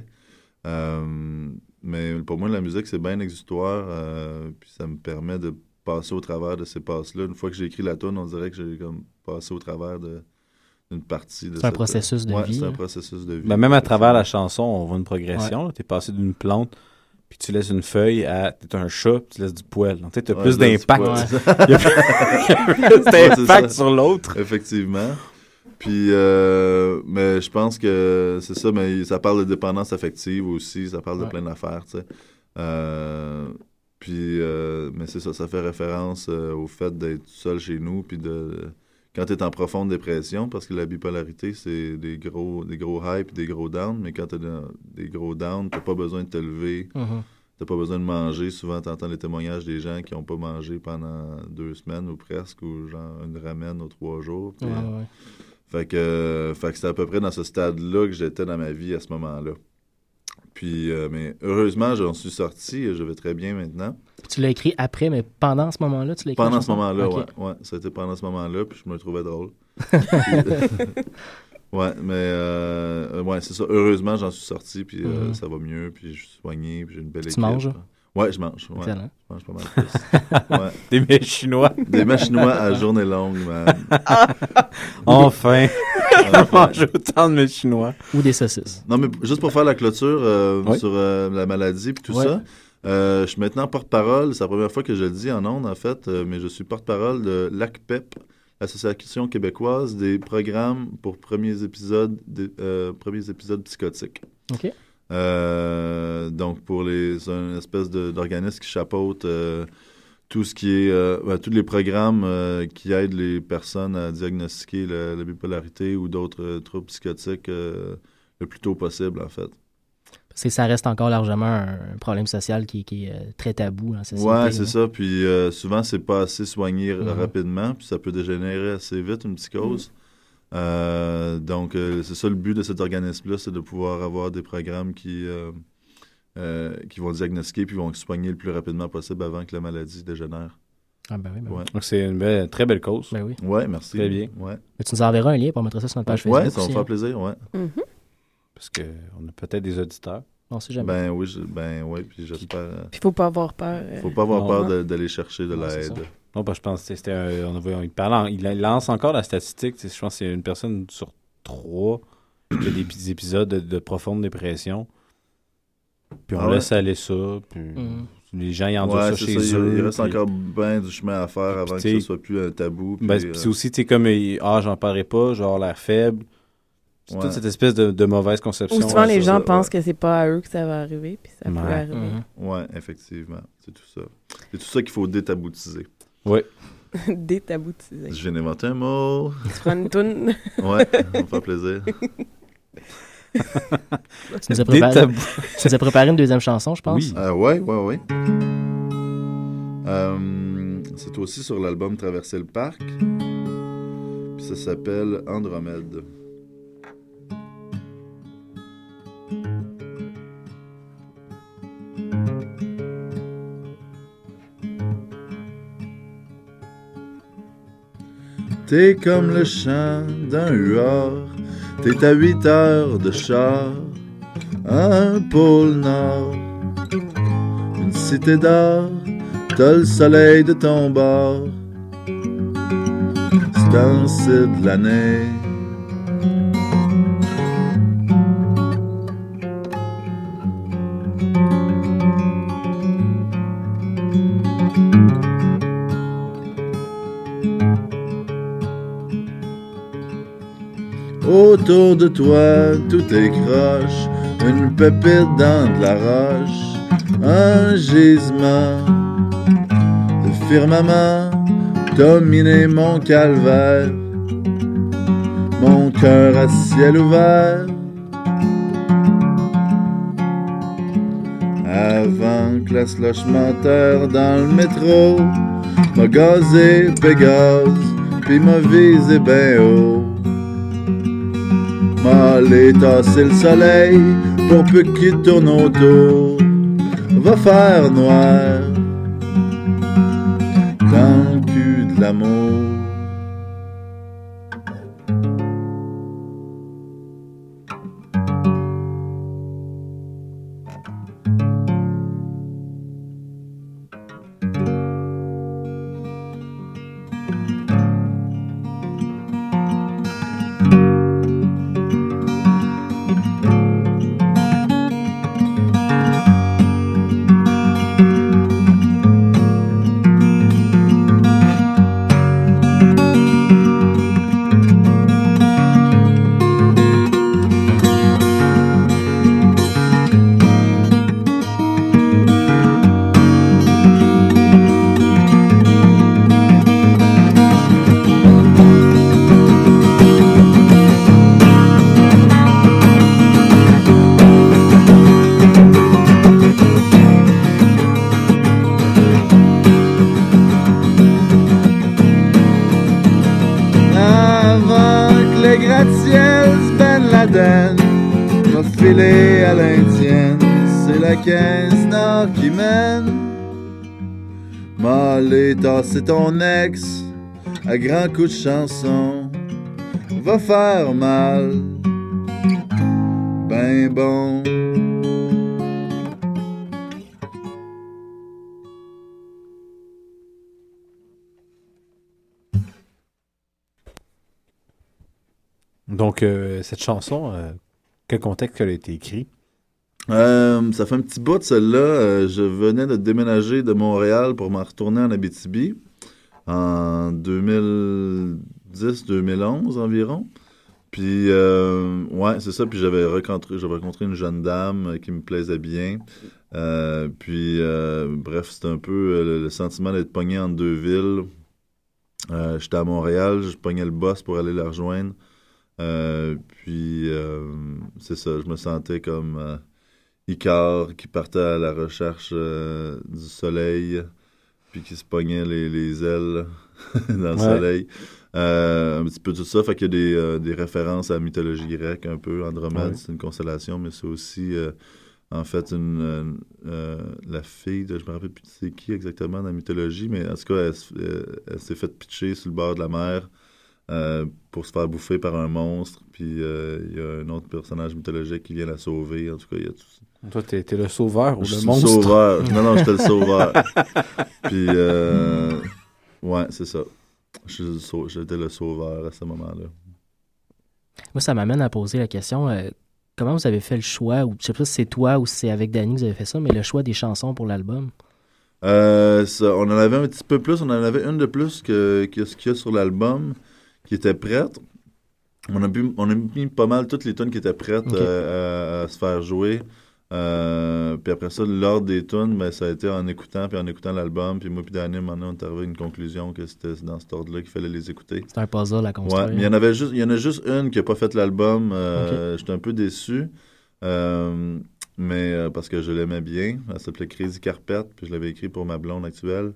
Mais pour moi, la musique, c'est bien exutoire, puis ça me permet de passer au travers de ces passes-là. Une fois que j'ai écrit la tune, on dirait que j'ai comme passé au travers d'une partie de C'est un processus de ouais, vie, c'est un hein. processus de vie. Ben, même à travers la chanson, on voit une progression. Tu es passé d'une plante, puis tu laisses une feuille à. T'es un chat, puis tu laisses du poil. Donc, tu as Ouais, plus je laisse du d'impact. poil. Il y a plus Ouais, c'est d'impact ça. sur l'autre. Effectivement. Puis, mais je pense que c'est ça, mais ça parle de dépendance affective aussi, ça parle de Ouais. plein d'affaires, tu sais. Mais c'est ça, ça fait référence au fait d'être seul chez nous, puis quand tu es en profonde dépression, parce que la bipolarité, c'est des gros highs puis des gros downs, mais quand tu as des gros downs, tu pas besoin de te lever, Mhm. t'as pas besoin de manger. Souvent, tu entends les témoignages des gens qui n'ont pas mangé pendant 2 semaines ou presque, ou genre une ramen aux 3 jours. Puis, Ouais. fait que c'est à peu près dans ce stade-là que j'étais dans ma vie à ce moment-là. Puis, mais heureusement, j'en suis sorti et je vais très bien maintenant. Tu l'as écrit après, mais pendant ce moment-là, tu l'as écrit? Pendant la ce chanson? moment-là, Ok. ouais. Ça a été pendant ce moment-là, puis je me trouvais drôle. Ouais, mais ouais, c'est ça. Heureusement, j'en suis sorti, puis ça va mieux, puis je suis soigné, puis j'ai une belle équipe. manges? Ouais, je mange. Ouais. Excellent. Je mange pas mal plus. Ouais. Des mets chinois. Des mets chinois à journée longue, man. Enfin. On mange autant de mets chinois. Ou des saucisses. Non, mais juste pour faire la clôture Oui. sur la maladie puis tout Ouais. ça, je suis maintenant porte-parole. C'est la première fois que je le dis en ondes, en fait, mais je suis porte-parole de l'ACPEP, l'Association québécoise des programmes pour premiers épisodes psychotiques. OK. Donc, c'est une espèce d'organisme qui chapeaute tout ce qui est tous les programmes qui aident les personnes à diagnostiquer la bipolarité ou d'autres troubles psychotiques le plus tôt possible, en fait. Ça reste encore largement un problème social qui est très tabou dans la société. Ouais, c'est là. ça. Puis souvent, c'est pas assez soigné rapidement, puis ça peut dégénérer assez vite, une psychose. Donc, c'est ça le but de cet organisme-là, c'est de pouvoir avoir des programmes qui vont diagnostiquer puis vont soigner le plus rapidement possible avant que la maladie dégénère. Ah ben oui, ben oui. Ouais. Donc, c'est une très belle cause. Ben oui. Ouais, merci. Très bien. Ouais, Mais tu nous enverras un lien pour mettre ça sur notre page Facebook. ouais ça va me aussi, faire hein. plaisir, ouais. Parce qu'on a peut-être des auditeurs. On sait jamais. Ben oui, puis j'espère. Puis faut pas avoir peur. Faut pas avoir Non, peur non. d'aller chercher de Non, c'est l'aide. ça. Non, parce que je pense que c'était il lance encore la statistique. Je pense que c'est une personne sur 3 qui a des épisodes de profonde dépression. Puis on Ah ouais? laisse aller ça. Puis les gens, ils endurent ça Ouais, c'est chez ça. eux. Il reste puis- encore bien du chemin à faire avant que t'sais, ce soit plus un tabou. Ben, puis, puis c'est aussi, tu sais, comme j'en parlerai pas, genre l'air faible. C'est Ouais. toute cette espèce de mauvaise conception. Ou souvent, ouais, les c'est gens ça, pensent ouais. que c'est pas à eux que ça va arriver, puis ça Ouais. peut arriver. Mhm. effectivement. C'est tout ça. C'est tout ça qu'il faut détaboutiser. Détaboutisé. Je viens d'inventer un mot. Tu prends une toune. Ouais, ça me fait plaisir. Tu nous as préparé, Détabou- tu nous as préparé une deuxième chanson, je pense. Oui. Ouais. C'est aussi sur l'album Traverser le parc. Puis ça s'appelle Andromède. T'es comme le chant d'un huard, t'es à 8 heures de char, un pôle nord, une cité d'or, t'as le soleil de ton bord, c'est ainsi de l'année. Autour de toi, tout est croche, une pépite dans de la roche, un gisement de firmament, dominé mon calvaire, mon cœur à ciel ouvert. Avant que la slush menteur dans le métro m'a gazé Pégase, puis m'a visé ben haut. M'aller tasser le soleil pour peu qu'il tourne autour. Va faire noir dans le cul de l'amour. À l'indienne, c'est la 15 nord qui mène. M'aller tasser ton ex à grands coups de chanson, va faire mal, ben bon. Donc, cette chanson, quel contexte elle a été écrite? Ça fait un petit bout de celle-là. Je venais de déménager de Montréal pour m'en retourner en Abitibi en 2010-2011 environ. Puis, ouais, c'est ça. Puis j'avais rencontré une jeune dame qui me plaisait bien. Bref, c'était un peu le sentiment d'être pogné entre deux villes. J'étais à Montréal, je pognais le bus pour aller la rejoindre. C'est ça, je me sentais comme Icare qui partait à la recherche du soleil, puis qui se pognait les ailes dans le soleil. Un petit peu tout ça, fait qu'il y a des références à la mythologie grecque un peu. Andromède, c'est une constellation, mais c'est aussi en fait la fille de, je me rappelle plus c'est qui exactement dans la mythologie, mais en tout cas, elle s'est fait pitcher sur le bord de la mer pour se faire bouffer par un monstre, puis il y a un autre personnage mythologique qui vient la sauver. En tout cas, il y a tout ça. Toi, t'es le sauveur ou Je le suis monstre? Le sauveur. Non, j'étais le sauveur. Puis, ouais, c'est ça. J'étais le sauveur à ce moment-là. Moi, ça m'amène à poser la question, comment vous avez fait le choix, ou je sais pas si c'est toi ou si c'est avec Danny que vous avez fait ça, mais le choix des chansons pour l'album? On en avait un petit peu plus. On en avait une de plus que ce qu'il y a sur l'album, qui était prête. On a mis pas mal toutes les tunes qui étaient prêtes à se faire jouer. Puis après ça, l'ordre des tunes, ben, ça a été en écoutant l'album. Puis moi puis Danny, maintenant, on est arrivé à une conclusion que c'était dans cet ordre-là qu'il fallait les écouter. C'est un puzzle à construire. Ouais, mais il y en a juste une qui n'a pas fait l'album. J'étais un peu déçu. Mais parce que je l'aimais bien. Elle s'appelait Crazy Carpet, puis je l'avais écrit pour ma blonde actuelle.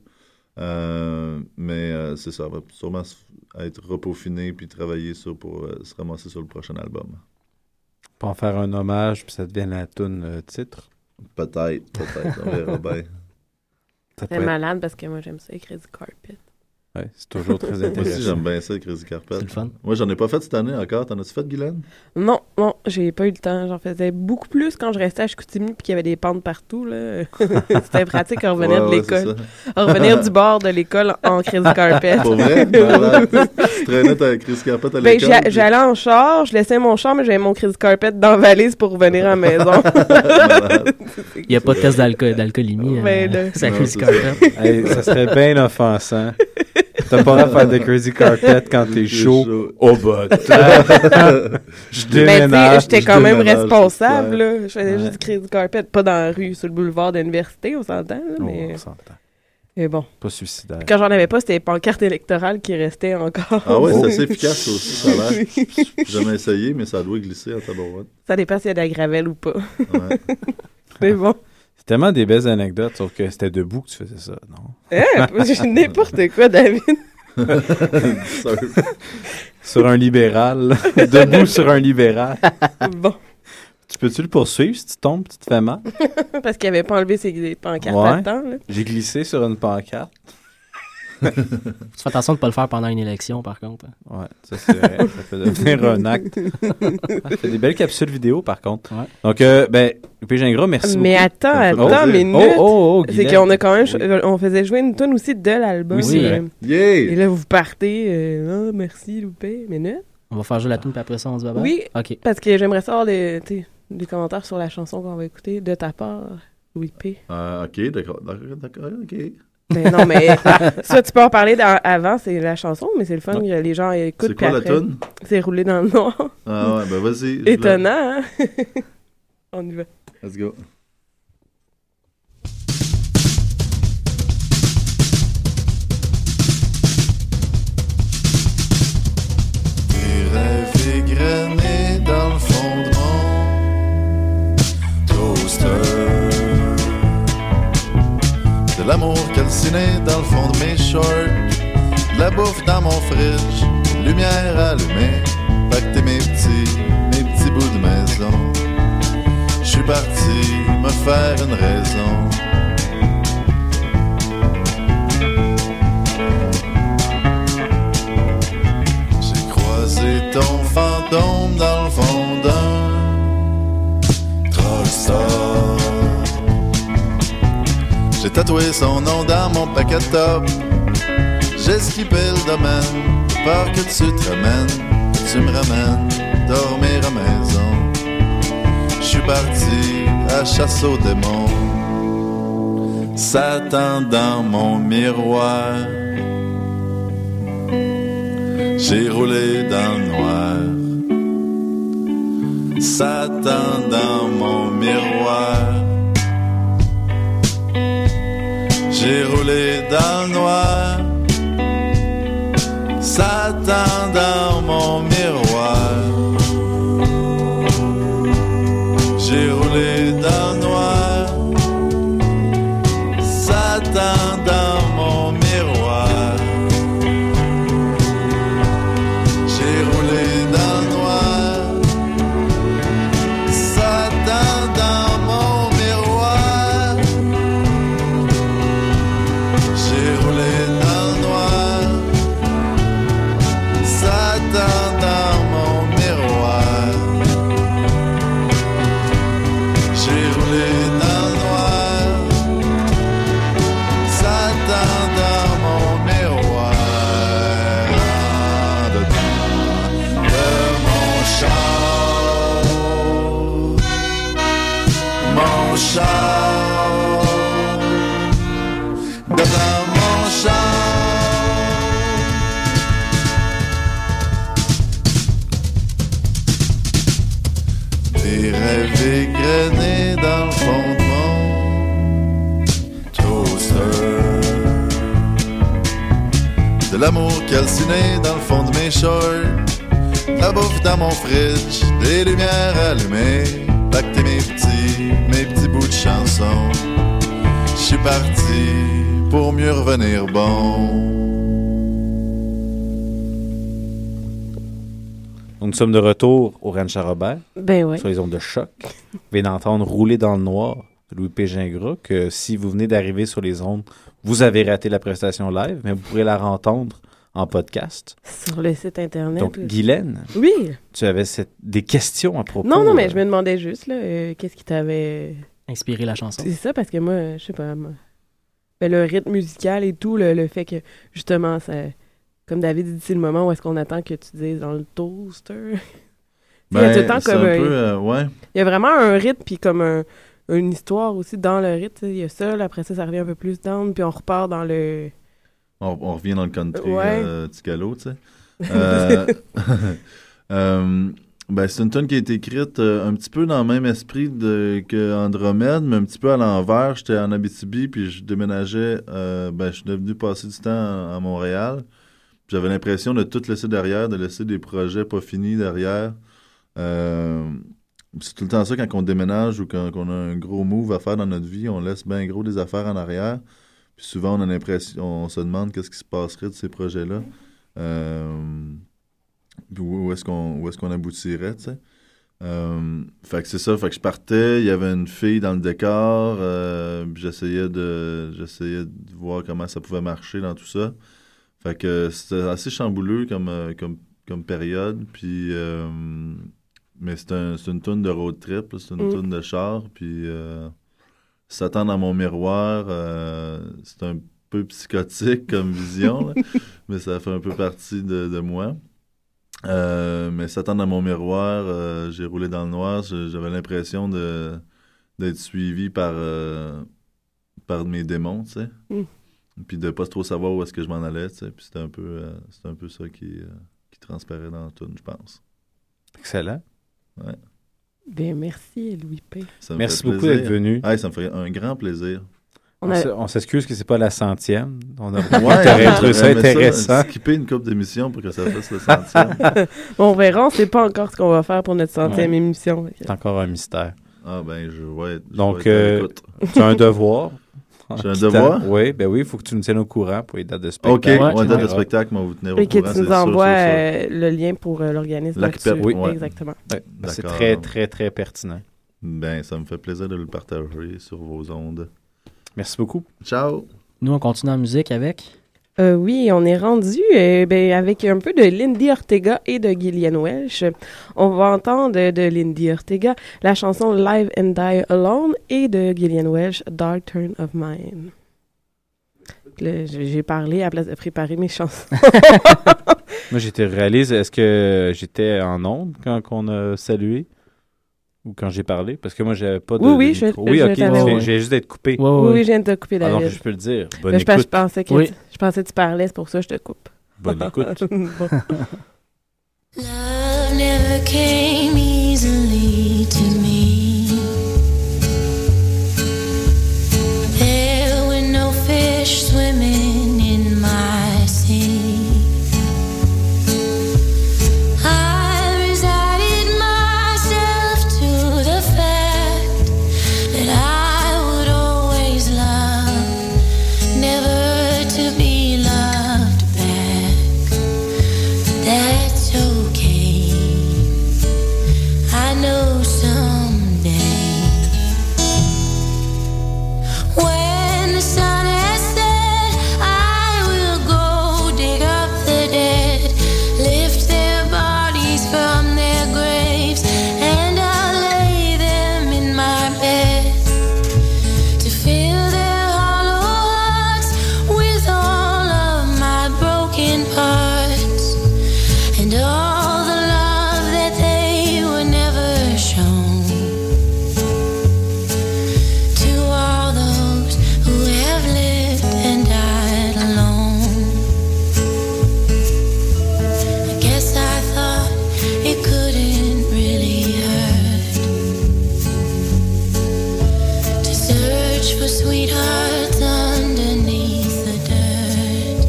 C'est ça, elle va sûrement être repeaufiné puis travailler pour se ramasser sur le prochain album. Pour en faire un hommage, puis ça devient la toune titre. Peut-être, on verra bien. C'est malade parce que moi j'aime ça, Crazy Carpet. Ouais, c'est toujours très Moi aussi, intéressant. j'aime bien ça, le Crazy Carpet. C'est le fun. Moi, j'en ai pas fait cette année encore. T'en as-tu fait, Guylaine? Non, j'ai pas eu le temps. J'en faisais beaucoup plus quand je restais à Chicoutimi puis qu'il y avait des pentes partout, là. C'était pratique à revenir de c'est l'école. ça. À revenir du bord de l'école en Crazy Carpet. Pour vrai? Malade. Tu traînais ta Crazy Carpet à Ben, l'école? puis- j'allais en char, je laissais mon char, mais j'avais mon Crazy Carpet dans la valise pour revenir à la maison. Malade. Il n'y a pas de test d'alcoolémie. Ben, là. Ça Non, Crazy c'est Carpet. Hey, ça serait bien offensant. T'as pas le droit de faire de Crazy Carpet quand t'es chaud au bout. Je Ben, tu sais, déménage. j'étais je quand même déménage, responsable, c'est là. Je faisais Ouais. juste du Crazy Carpet, pas dans la rue, sur le boulevard de l'université, on s'entend, là, Oh, mais... on s'entend. mais bon. Pas suicidaire. Quand j'en avais pas, c'était les pancartes électorales qui restaient encore. Ah ouais, c'est assez efficace ça aussi, ça a l'air. J'ai jamais essayé, mais ça doit glisser en tabarouette. Ça dépend s'il y a de la gravelle ou pas. Ouais. Mais bon. C'est tellement des belles anecdotes, sauf que c'était debout que tu faisais ça, non? N'importe quoi, David. Sur un libéral. Debout sur un libéral. Bon. Tu peux-tu le poursuivre si tu tombes, tu te fais mal? Parce qu'il avait pas enlevé ses pancartes Ouais. à temps, là. J'ai glissé sur une pancarte. Tu fais attention de ne pas le faire pendant une élection, par contre. Ouais, ça c'est vrai. Ça peut devenir un acte. Ça fait des belles capsules vidéo, par contre. Ouais. Donc, ben, P. Gingras, merci Mais beaucoup. attends, Ça me fait attends, plaisir. minute. Oh, C'est Guylaine. qu'on a quand même... Oui. On faisait jouer une tune aussi de l'album. Oui, c'est vrai. Et Yeah! là, vous partez... Ah, merci, Loupé. Minute. On va faire jouer la tune, puis après ça, on dit bye-bye? Oui. OK. Parce que j'aimerais savoir des commentaires sur la chanson qu'on va écouter de ta part, Louis P. Ok, d'accord, ok. Ben non, mais ça, tu peux en parler avant, c'est la chanson, mais c'est le fun, Non. les gens écoutent. C'est quoi la puis après, toune? C'est roulé dans le noir. Ah ouais, ben vas-y. Étonnant, hein? On y va. Let's go. Des rêves égrenés dans le fond de mon toaster. De l'amour calciné dans le fond de mes shorts. De la bouffe dans mon fridge. Lumière allumée. Pacter mes petits bouts de maison. Je suis parti me faire une raison. J'ai croisé ton fantôme dans le fond d'un drugstore. J'ai tatoué son nom dans mon paquet de top. J'ai skippé le domaine, peur que tu te ramènes, que tu me ramènes dormir à maison. Je suis parti à chasse aux démons. Satan dans mon miroir. J'ai roulé dans le noir. Satan dans mon miroir. J'ai roulé dans le noir. Satan dans mon miroir. J'ai roulé dans le noir. Satan dans mon miroir. J'ai roulé dans le noir. Satan dans mon miroir. J'ai roulé dans le noir. Satan dans mon miroir. J'ai roulé dans le noir. Satan dans mon miroir. Dedans de mon char. Mon char. Dedans mon char. Des rêves égrenés dans le fond de mon toaster. De l'amour calciné dans le fond de mes shorts. La bouffe dans mon fridge, des lumières allumées. Pacter mes petits bouts de chansons. Je suis parti pour mieux revenir bon. Donc, nous sommes de retour au Ranch à Robert, Ben ouais. sur les ondes de choc. Vous venez d'entendre Rouler dans le noir Louis P. Gingras, que si vous venez d'arriver sur les ondes, vous avez raté la prestation live, mais vous pourrez la entendre en podcast. Sur le site Internet. Donc, Guylaine, Oui. tu avais des questions à propos. Non, mais je me demandais juste, là, qu'est-ce qui t'avait... Inspirer la chanson. C'est ça, parce que moi, je sais pas, moi... Ben, le rythme musical et tout, le fait que, justement, ça... Comme David dit, c'est le moment où est-ce qu'on attend que tu dises dans le toaster. Il y a tout le temps c'est comme... un peu, ouais. Il y a vraiment un rythme, puis comme une histoire aussi dans le rythme. Il y a ça, là, après ça revient un peu plus down, puis on repart dans le... On revient dans le country Ouais. Ticalo, tu sais. Ben, c'est une tune qui a été écrite un petit peu dans le même esprit que Andromède, mais un petit peu à l'envers. J'étais en Abitibi, puis je déménageais. Je suis devenu passer du temps à Montréal. Puis j'avais l'impression de tout laisser derrière, de laisser des projets pas finis derrière. C'est tout le temps ça quand on déménage ou quand on a un gros move à faire dans notre vie, on laisse bien gros des affaires en arrière. Puis souvent, on a l'impression, on se demande qu'est-ce qui se passerait de ces projets-là. Puis où est-ce qu'on aboutirait, tu sais. Fait que c'est ça, fait que je partais, il y avait une fille dans le décor, puis j'essayais de voir comment ça pouvait marcher dans tout ça. Fait que c'était assez chambouleux comme période, puis mais c'est une toune de road trip, là, c'est une toune de char, puis s'attend dans mon miroir, c'est un peu psychotique comme vision, là, mais ça fait un peu partie de moi. Mais s'attend dans mon miroir, j'ai roulé dans le noir, j'avais l'impression d'être suivi par mes démons, tu sais. Puis de pas trop savoir où est-ce que je m'en allais, tu sais. Puis c'était un peu ça qui transparaît dans la tune, je pense. Excellent. Ouais. Ben, merci, Louis P. Ça me Merci fait beaucoup plaisir. d'être venu. Ah, ça me fait un grand plaisir. On s'excuse que c'est pas la 100e. On a Ouais, trouvé ça j'aimerais intéressant. skipper une couple d'émissions pour que ça fasse le 100e. On verra, on sait pas encore ce qu'on va faire pour notre 100e émission. C'est encore un mystère. Ah ben, je vais être Donc, à l'écoute. tu as un devoir. J'ai un devoir? Oui, il faut que tu nous tiennes au courant pour les dates de OK, spectacle. ouais, date de etc. spectacle, on va vous tenir au Et que courant. tu nous c'est sûr, envoies sûr. le lien pour l'organisme. L'ACPEP, là-dessus. oui. Ouais. Exactement. Ouais, c'est D'accord. très, très, très pertinent. Ben, ça me fait plaisir de le partager sur vos ondes. Merci beaucoup. Ciao! Nous, on continue en musique avec... Oui, on est rendu avec un peu de Lindy Ortega et de Gillian Welch. On va entendre de Lindy Ortega la chanson Live and Die Alone et de Gillian Welch Dark Turn of Mine. Là, j'ai parlé à la place de préparer mes chansons. Moi, j'étais réalise. Est-ce que j'étais en onde quand on a salué ou quand j'ai parlé? Parce que moi, j'avais pas de. Oui, de micro. je Oui, ok. t'avais- J'ai juste d'être coupé. Oui, je viens de te couper, Alors, David. je peux le dire. Bonne Là, je écoute. pensais que Oui. je pensais que tu parlais, c'est pour ça que je te coupe. Bonne écoute. Bon. Love never came easily to me. There were no fish swimming in my sea. I resigned myself to the fact that I would always love, never to be loved back. That's okay. I know someday, when the sun has set, I will go dig up the dead, lift their bodies from their graves, and I'll lay them in my bed to fill their hollow hearts with all of my broken parts and all the love that they were never shown. To all those who have lived and died alone, I guess I thought it couldn't really hurt to search for sweethearts underneath the dirt.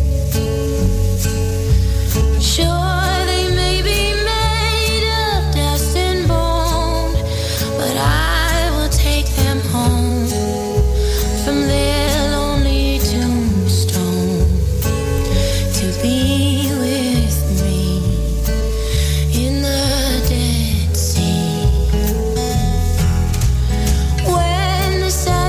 Sure, they may be made of dust and bone, but I will take them home from their lonely tombstone to be with me in the Dead Sea. When the sun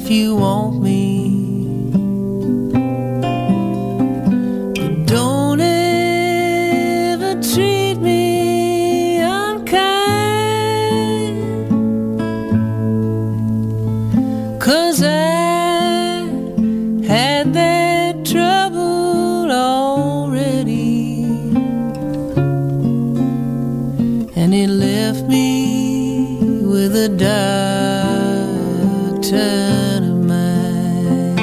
if you want me. But don't ever treat me unkind, 'cause I had that trouble already, and it left me with a dark turn of mind.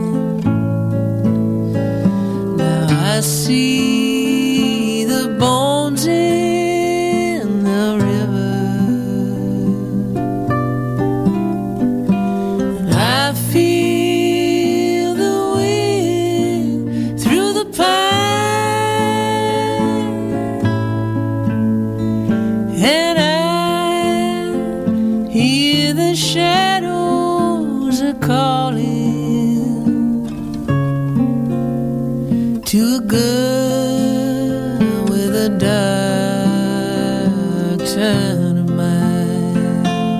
Now I see the bones in the river, and I feel the wind through the pine, and I hear the shadows are calling to a girl with a dark turn of mind.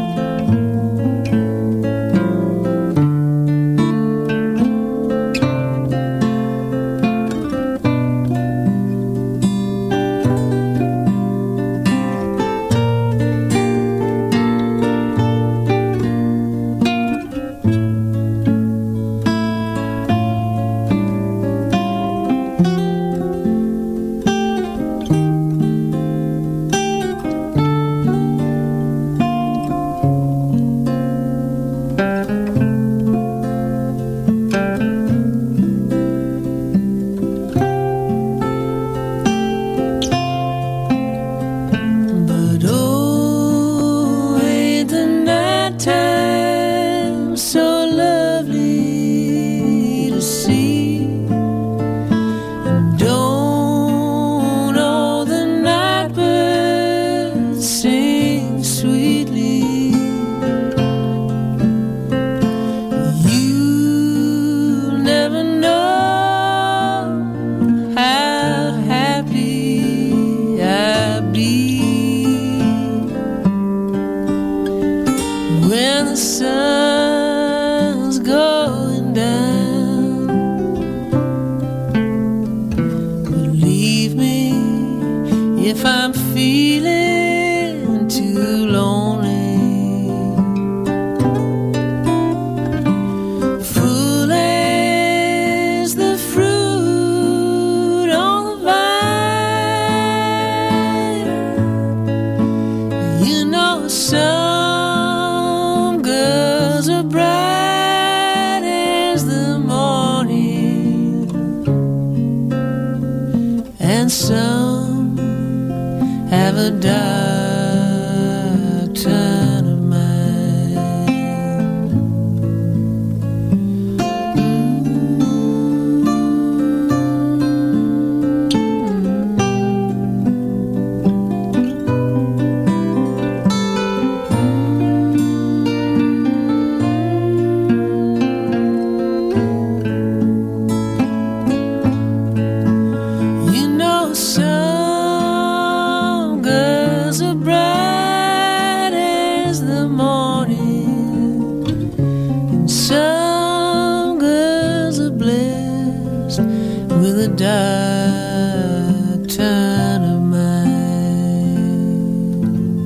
But oh, ain't the night time so lovely to see? And don't all the night birds sing sweetly? You'll never know how happy I'll be when the sun's going down. Believe me, if I'm feeling too lonely, full as the fruit on the vine, you know some girls are bright as the morning, and some have a dark turn of mind. You know some girls are bright as the morning, and some girls are blessed with a dark turn of mind.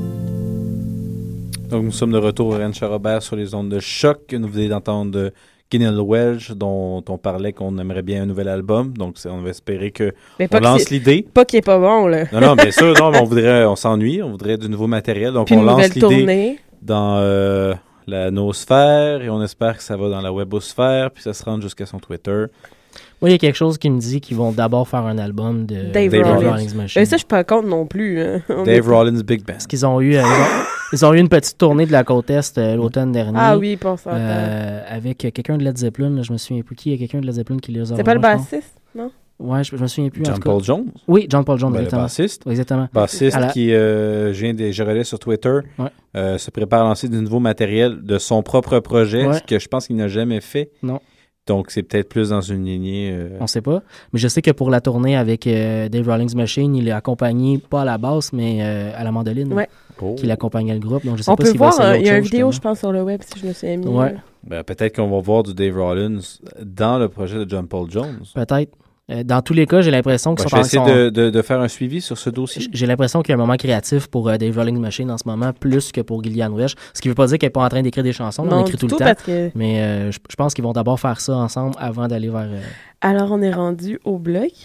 Donc, nous sommes de retour à Ranch Robert sur les ondes de choc. Nous venons d'entendre Guinness Welsh, dont on parlait qu'on aimerait bien un nouvel album. Donc, on va espérer qu'on lance l'idée. Pas qu'il est pas bon, là. Non, bien sûr, non, mais on s'ennuie. On voudrait du nouveau matériel. Donc, Puis on une lance nouvelle l'idée tournée. dans la noosphère et on espère que ça va dans la webosphère, puis ça se rend jusqu'à son Twitter. Oui, il y a quelque chose qui me dit qu'ils vont d'abord faire un album de Dave Rollins. Machine. Ça, je suis pas contre non plus. Hein. Dave Rollins Big Band. Parce qu'ils ont eu, ils ont eu une petite tournée de la côte Est l'automne dernier. Ah oui, pour ça. Avec quelqu'un de Led Zeppelin, là, je me souviens plus qui, il y a quelqu'un de Led Zeppelin qui les a C'est pas le rejoints, je bassiste, non? Ouais, je me souviens plus. en John tout cas. Paul Jones. Oui, John Paul Jones, Ben, le exactement. bassiste. Oui, exactement. Bassiste À la- qui, je relais sur Twitter, se prépare à lancer du nouveau matériel de son propre projet, Ouais. ce que je pense qu'il n'a jamais fait. Non. Donc, c'est peut-être plus dans une lignée... On sait pas. Mais je sais que pour la tournée avec Dave Rollins Machine, il est accompagné, pas à la basse, mais à la mandoline. Ouais. Oh. Qui l'accompagnait le groupe. Donc, je sais On pas peut s'il va voir, essayer il y a autre une chose, vidéo, je justement. pense, sur le web, si je me souviens bien. Ouais. Ben, peut-être qu'on va voir du Dave Rollins dans le projet de John Paul Jones. Peut-être. Dans tous les cas, j'ai l'impression que Ben, je vais essayer de faire un suivi sur ce dossier. J'ai l'impression qu'il y a un moment créatif pour Dave Rolling Machine en ce moment, plus que pour Gillian Welch. Ce qui ne veut pas dire qu'elle n'est pas en train d'écrire des chansons. On écrit tout le temps. Parce que... Mais je pense qu'ils vont d'abord faire ça ensemble avant d'aller vers... Alors, on est rendu au bloc.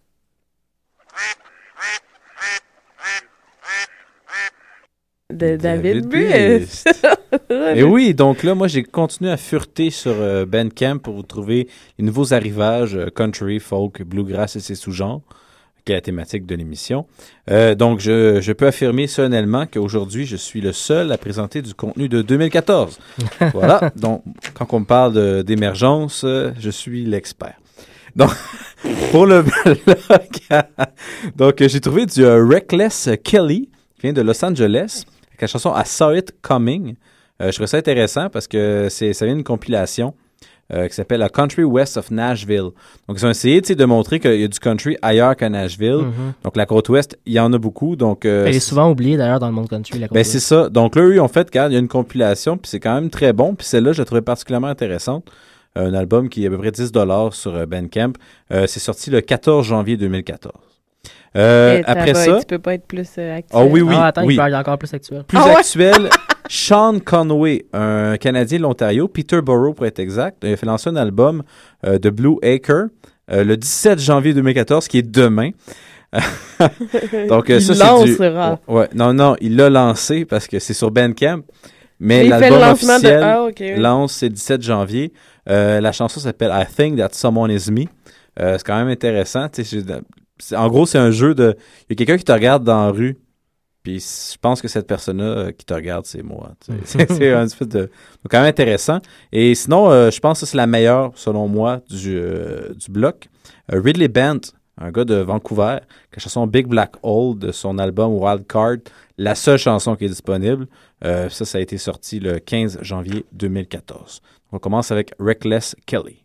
De David Buist. Et oui, donc là, moi, j'ai continué à fureter sur Bandcamp pour vous trouver les nouveaux arrivages country, folk, bluegrass et ses sous-genres, qui est la thématique de l'émission. Donc, je peux affirmer solennellement qu'aujourd'hui, je suis le seul à présenter du contenu de 2014. Voilà. Donc, quand on me parle d'émergence, je suis l'expert. Donc, pour le blog, donc, j'ai trouvé du Reckless Kelly, qui vient de Los Angeles, avec la chanson I Saw It Coming. Je trouvais ça intéressant parce que ça vient d'une compilation qui s'appelle A Country West of Nashville. Donc, ils ont essayé de montrer qu'il y a du country ailleurs qu'à Nashville. Mm-hmm. Donc, la côte ouest, il y en a beaucoup. Donc, elle est souvent oubliée d'ailleurs dans le monde country, la côte ouest. C'est ça. Donc là, eux, ils ont fait, regarde, il y a une compilation, puis c'est quand même très bon. Puis celle-là, je la trouvais particulièrement intéressante. Un album qui est à peu près $10 sur Bandcamp. C'est sorti le 14 janvier 2014. Après ça... Tu peux pas être plus actuel. Ah oui, oui. Ah, attends, oui. il peut être encore plus actuel. Plus actuel, Sean Conway, un Canadien de l'Ontario, Peterborough pour être exact, il a fait lancer un album de Blue Acre le 17 janvier 2014, qui est demain. Donc, il ça, lancera. Ouais, non, il l'a lancé parce que c'est sur Bandcamp. Mais il fait l'album le lancement officiel lance c'est le 17 janvier. La chanson s'appelle I Think That Someone Is Me. C'est quand même intéressant. En gros, c'est un jeu de... Il y a quelqu'un qui te regarde dans la rue, puis je pense que cette personne-là qui te regarde, c'est moi. C'est un espèce de... quand même intéressant. Et sinon, je pense que c'est la meilleure, selon moi, du bloc. Ridley Bent, un gars de Vancouver, qui a la chanson Big Black Hole de son album Wild Card, la seule chanson qui est disponible. Ça a été sorti le 15 janvier 2014. On commence avec Reckless Kelly.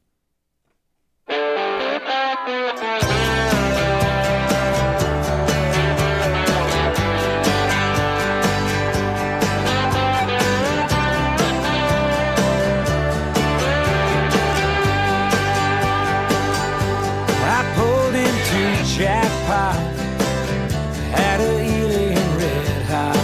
Jackpot, had a alien red hot.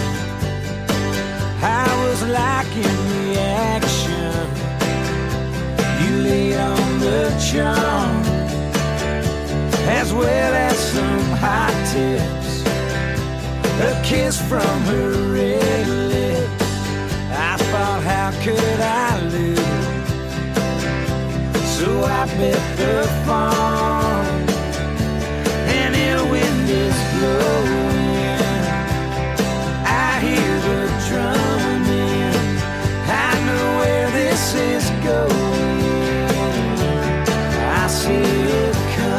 I was liking the action. You laid on the charm, as well as some hot tips. A kiss from her red lips. I thought, how could I lose? So I bet the farm. Wind is blowing, I hear the drumming, I know where this is going, I see it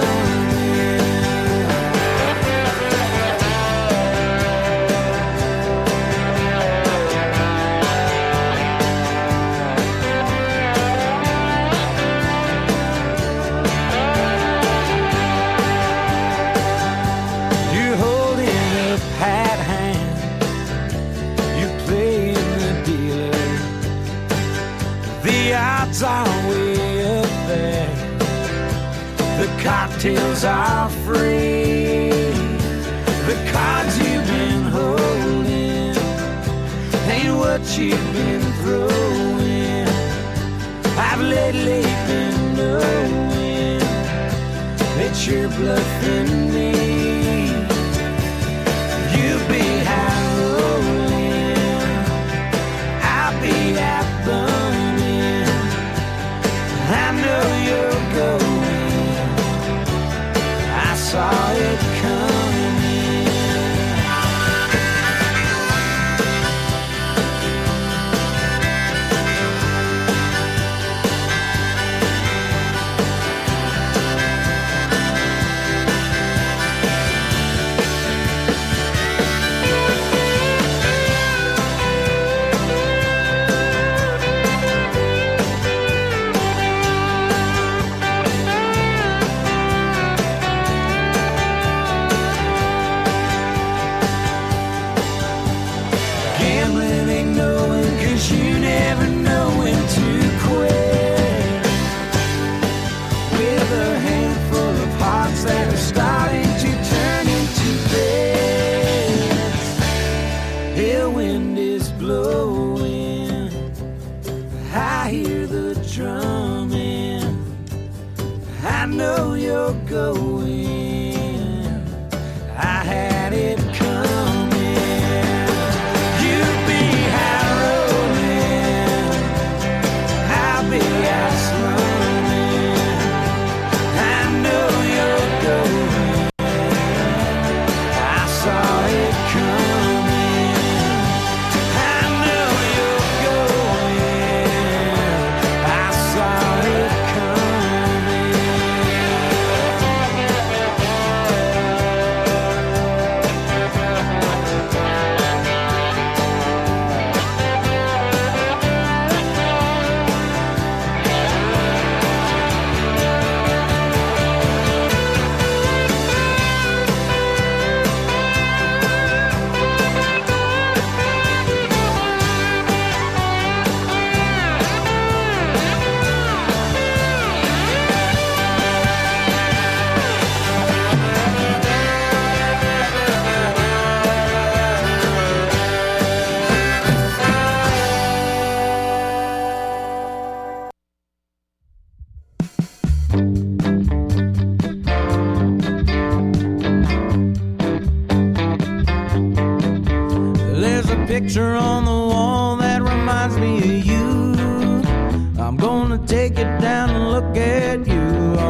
are way up there. The cocktails are free. The cards you've been holding ain't what you've been throwing. I've lately been knowing that you're bluffing me. You'll be high rolling, I'll be out burning. I know you're going, I saw it coming. drumming. I know you're going. I had it coming. You'll be out rolling. I'll be out slumming. I know you're going. I saw it coming. I know you're going. I saw it coming. There's a picture on the wall that reminds me of you. I'm gonna take it down and look at you.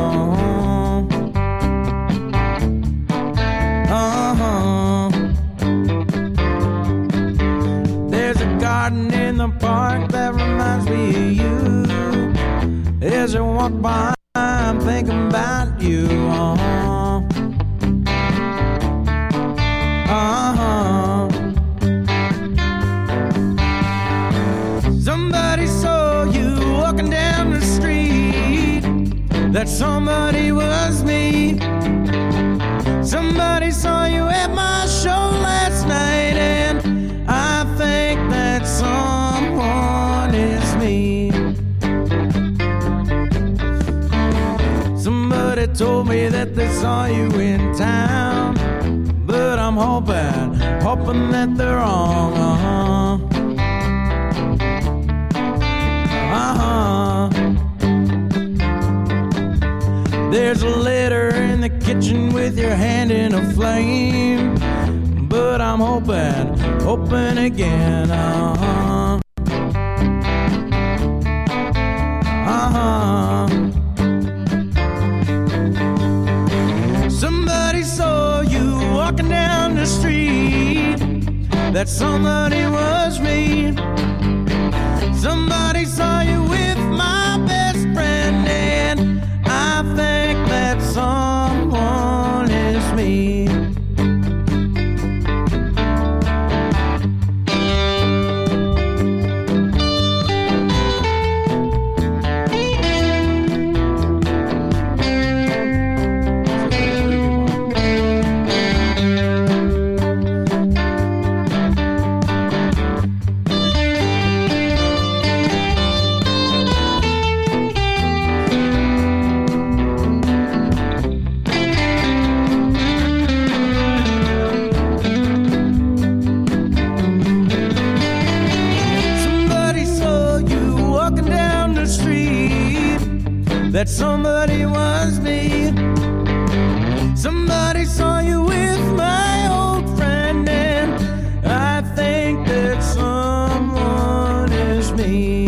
There's a garden in the park that reminds me of you. As I walk by, I'm thinking about you. Somebody saw you walking down the street. That somebody was me. Somebody saw you at my show last night, and I think that someone is me. Somebody told me that they saw you in town, but I'm hoping that they're wrong. There's a letter in the kitchen with your hand in a flame, but I'm hoping again. Somebody saw you walking down the street. That somebody was me. Somebody saw you with my best friend, and I think that someone is me. That somebody was me. Somebody saw you with my old friend, and I think that someone is me.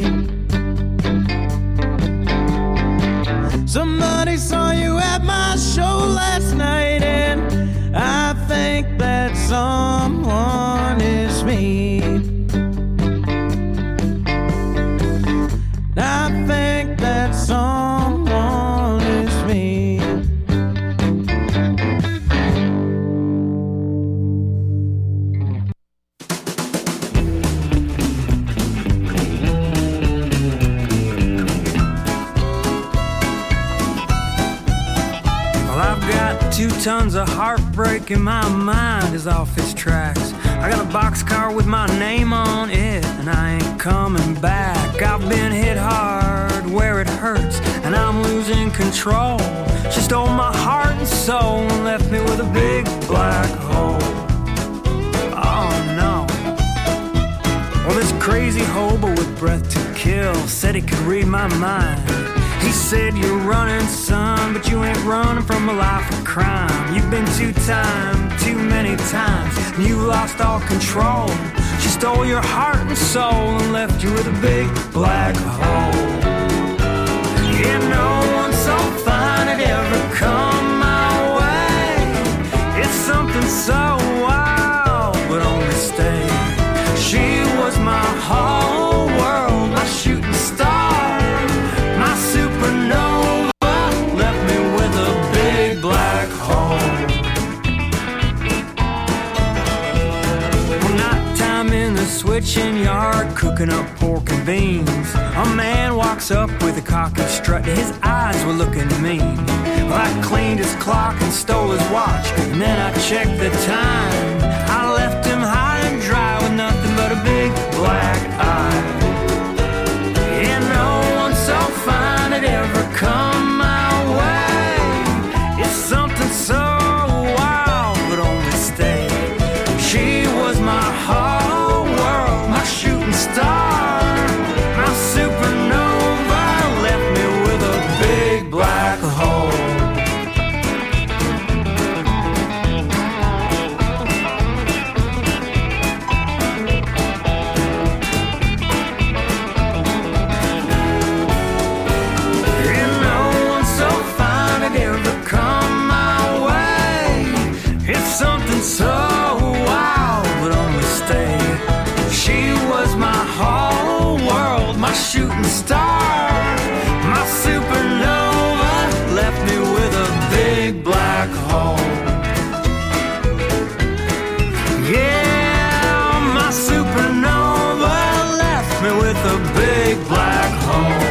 Somebody saw you at my show last night, and I think that someone is me. I think that someone is me. Well, I've got 2 tons of heartbreak and my mind is off its tracks. I got a boxcar with my name on it, and I ain't coming back. I've been hit hard where it hurts, and I'm losing control. She stole my heart and soul and left me with a big black hole. Oh no. Well, this crazy hobo with breath to kill kill, said he could read my mind. He said, you're running, son, but you ain't running from a life of crime. You've been too many times, and you lost all control. She stole your heart and soul and left you with a big black hole. Yeah, no one so fine had ever come my way. It's something so wild, but only stay. She was my whole world, my shooting star, my supernova, left me with a big black hole. Well, nighttime in the switching yard, cooking up pork and beans. A man walks up with a cocky strut, his eyes were looking mean. Well, I cleaned his clock and stole his watch, and then I checked the time. I left him high and dry with nothing but a big black eye. Yeah, no one so fine had ever come my way. It's something so wild, but only stay. She was my whole world, my shooting star, my supernova, left me with a big black hole. So wild, but only stay. She was my whole world, my shooting star, my supernova, left me with a big black hole. Yeah, my supernova left me with a big black hole.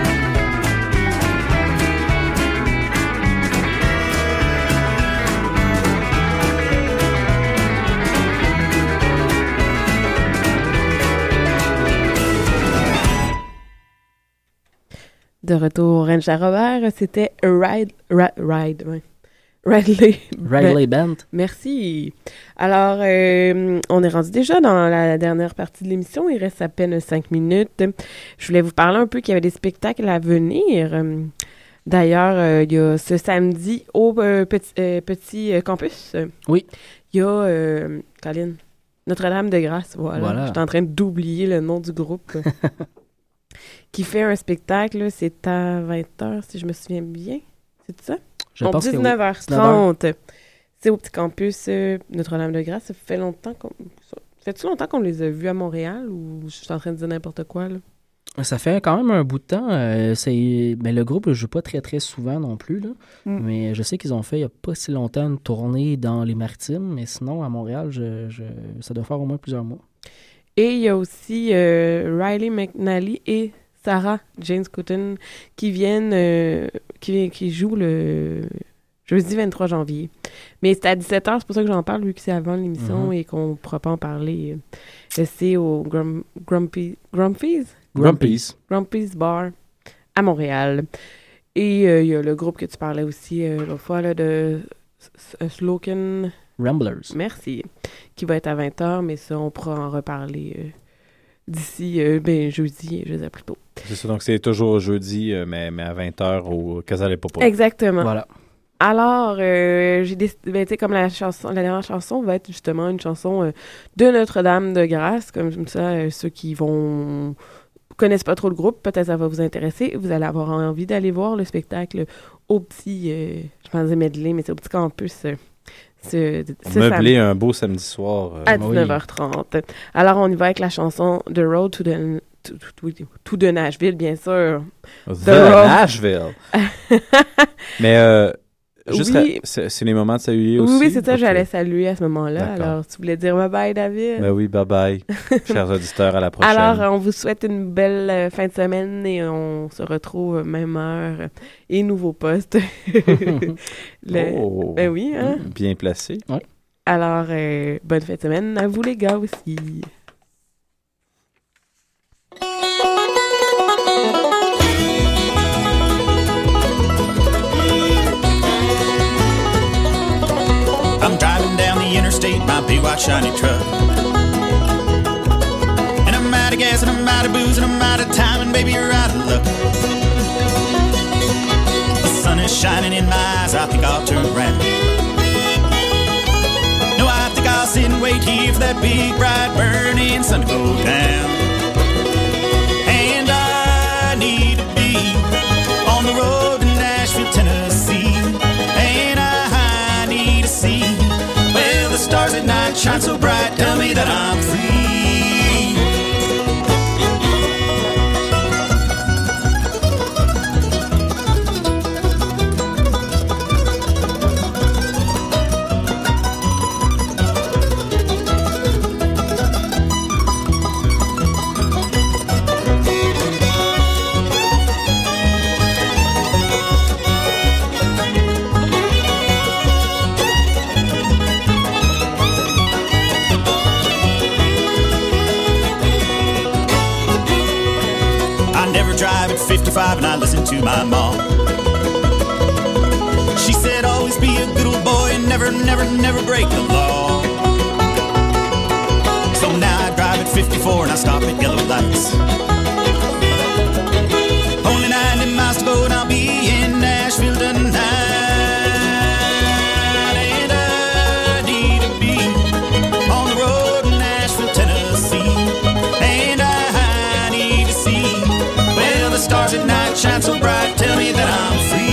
De retour, Ranger Robert, c'était Riley Band. Merci. Alors, on est rendu déjà dans la dernière partie de l'émission. Il reste à peine 5 minutes. Je voulais vous parler un peu qu'il y avait des spectacles à venir. D'ailleurs, il y a ce samedi au petit campus. Oui. Il y a, Colin, Notre-Dame-de-Grâce. Voilà. J'étais en train d'oublier le nom du groupe. Qui fait un spectacle, c'est à 20h, si je me souviens bien. C'est ça? Je pense 19h30. Que oui. C'est au petit campus Notre-Dame-de-Grâce. Ça fait longtemps fait-tu longtemps qu'on les a vus à Montréal ou je suis en train de dire n'importe quoi, là? Ça fait quand même un bout de temps. Mais le groupe ne joue pas très, très souvent non plus, là. Mais je sais qu'ils ont fait, il n'y a pas si longtemps, une tournée dans les Maritimes. Mais sinon, à Montréal, ça doit faire au moins plusieurs mois. Et il y a aussi Riley McNally et Sarah Jane Scotton qui viennent, qui jouent le jeudi 23 janvier. Mais c'est à 17h, c'est pour ça que j'en parle, vu que c'est avant l'émission et qu'on ne pourra pas en parler. C'est au Grumpy's Bar à Montréal. Et il y a le groupe que tu parlais aussi l'autre fois, là, de Sloken Ramblers. Merci. Qui va être à 20h, mais ça, on pourra en reparler d'ici jeudi, je sais plus tôt. C'est ça, donc c'est toujours jeudi, mais à 20h au Casale Popo. Exactement. Voilà. Alors, j'ai décidé, tu sais, comme la dernière chanson va être justement une chanson de Notre-Dame-de-Grâce, comme ça, ceux qui connaissent pas trop le groupe, peut-être ça va vous intéresser. Vous allez avoir envie d'aller voir le spectacle au petit, je pensais medley, mais c'est au petit campus. Meubler un beau samedi soir. À 19h30. Alors, on y va avec la chanson The Road to the Nashville, bien sûr. Nashville! Mais juste oui. c'est les moments de saluer aussi. Oui, c'est ça, j'allais saluer à ce moment-là. D'accord. Alors, tu voulais dire bye-bye, David? Ben oui, bye-bye. Chers auditeurs, à la prochaine. Alors, on vous souhaite une belle fin de semaine et on se retrouve même heure et nouveau poste. Ben oui, hein? Bien placé. Ouais. Alors, bonne fin de semaine à vous les gars aussi. I'm driving down the interstate, my big white shiny truck. And I'm out of gas and I'm out of booze and I'm out of time, and baby, you're out of luck. The sun is shining in my eyes, I think I'll turn around. No, I think I'll sit and wait here for that big, bright, burning sun to go down. And I need to be on the road to Nashville, Tennessee. And I need to see, well, the stars at night shine so bright, tell me that I'm free. Drive at 55 and I listened to my mom. She said always be a good old boy and never, never, never break the law. So now I drive at 54 and I stop at yellow lights. Only 90 miles to go and I'll be in Nashville tonight. And I need to be on the road in Nashville, Tennessee. And I need to see, well, the stars at night shine so bright, tell me that I'm free.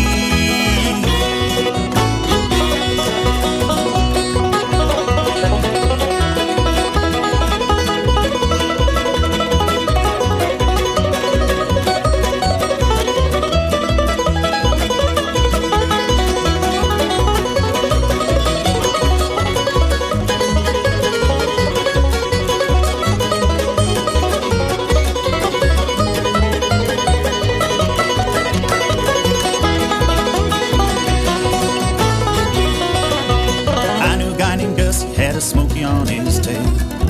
Smokey on his tail.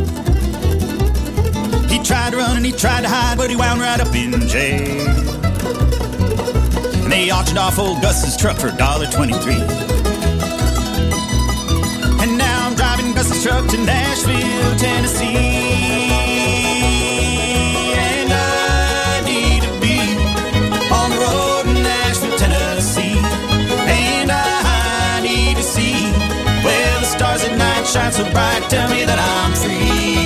He tried to run and he tried to hide, but he wound right up in jail. And they auctioned off old Gus's truck for $1.23. And now I'm driving Gus's truck to Nashville, Tennessee. And I need to be on the road in Nashville, Tennessee. And I need to see, well, the stars at night shine so bright, tell me that I'm free.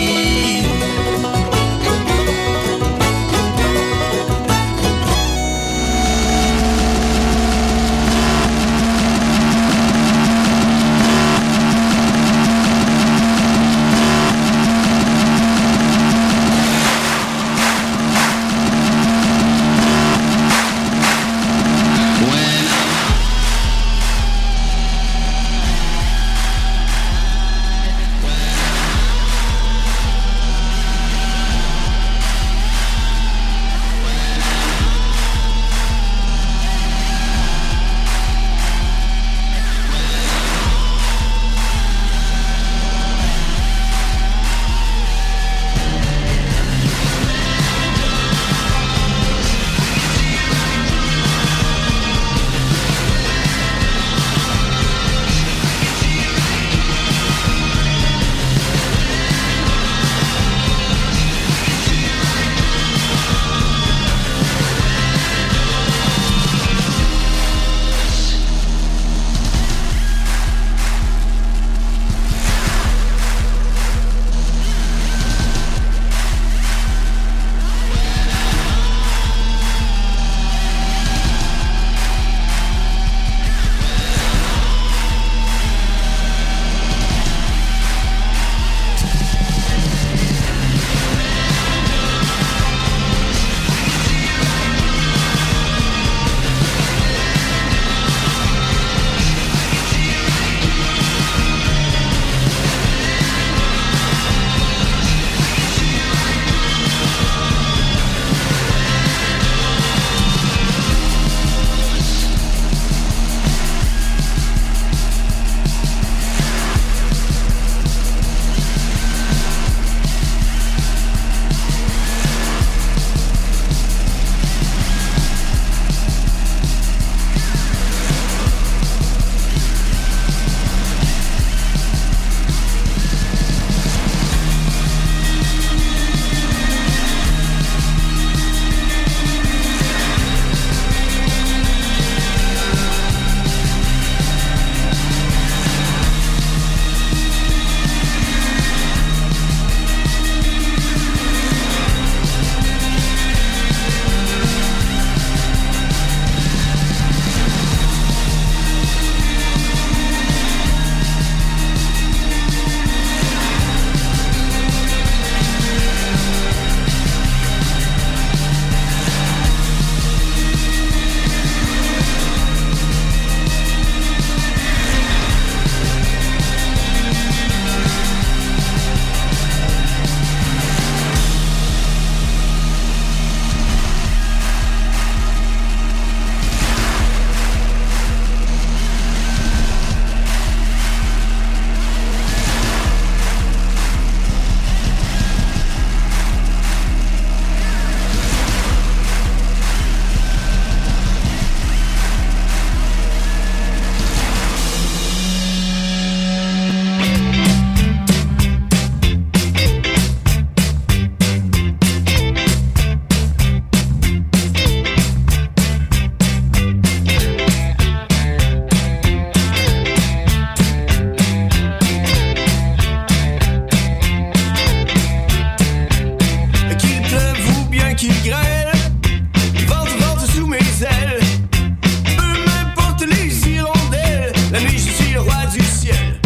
ciel.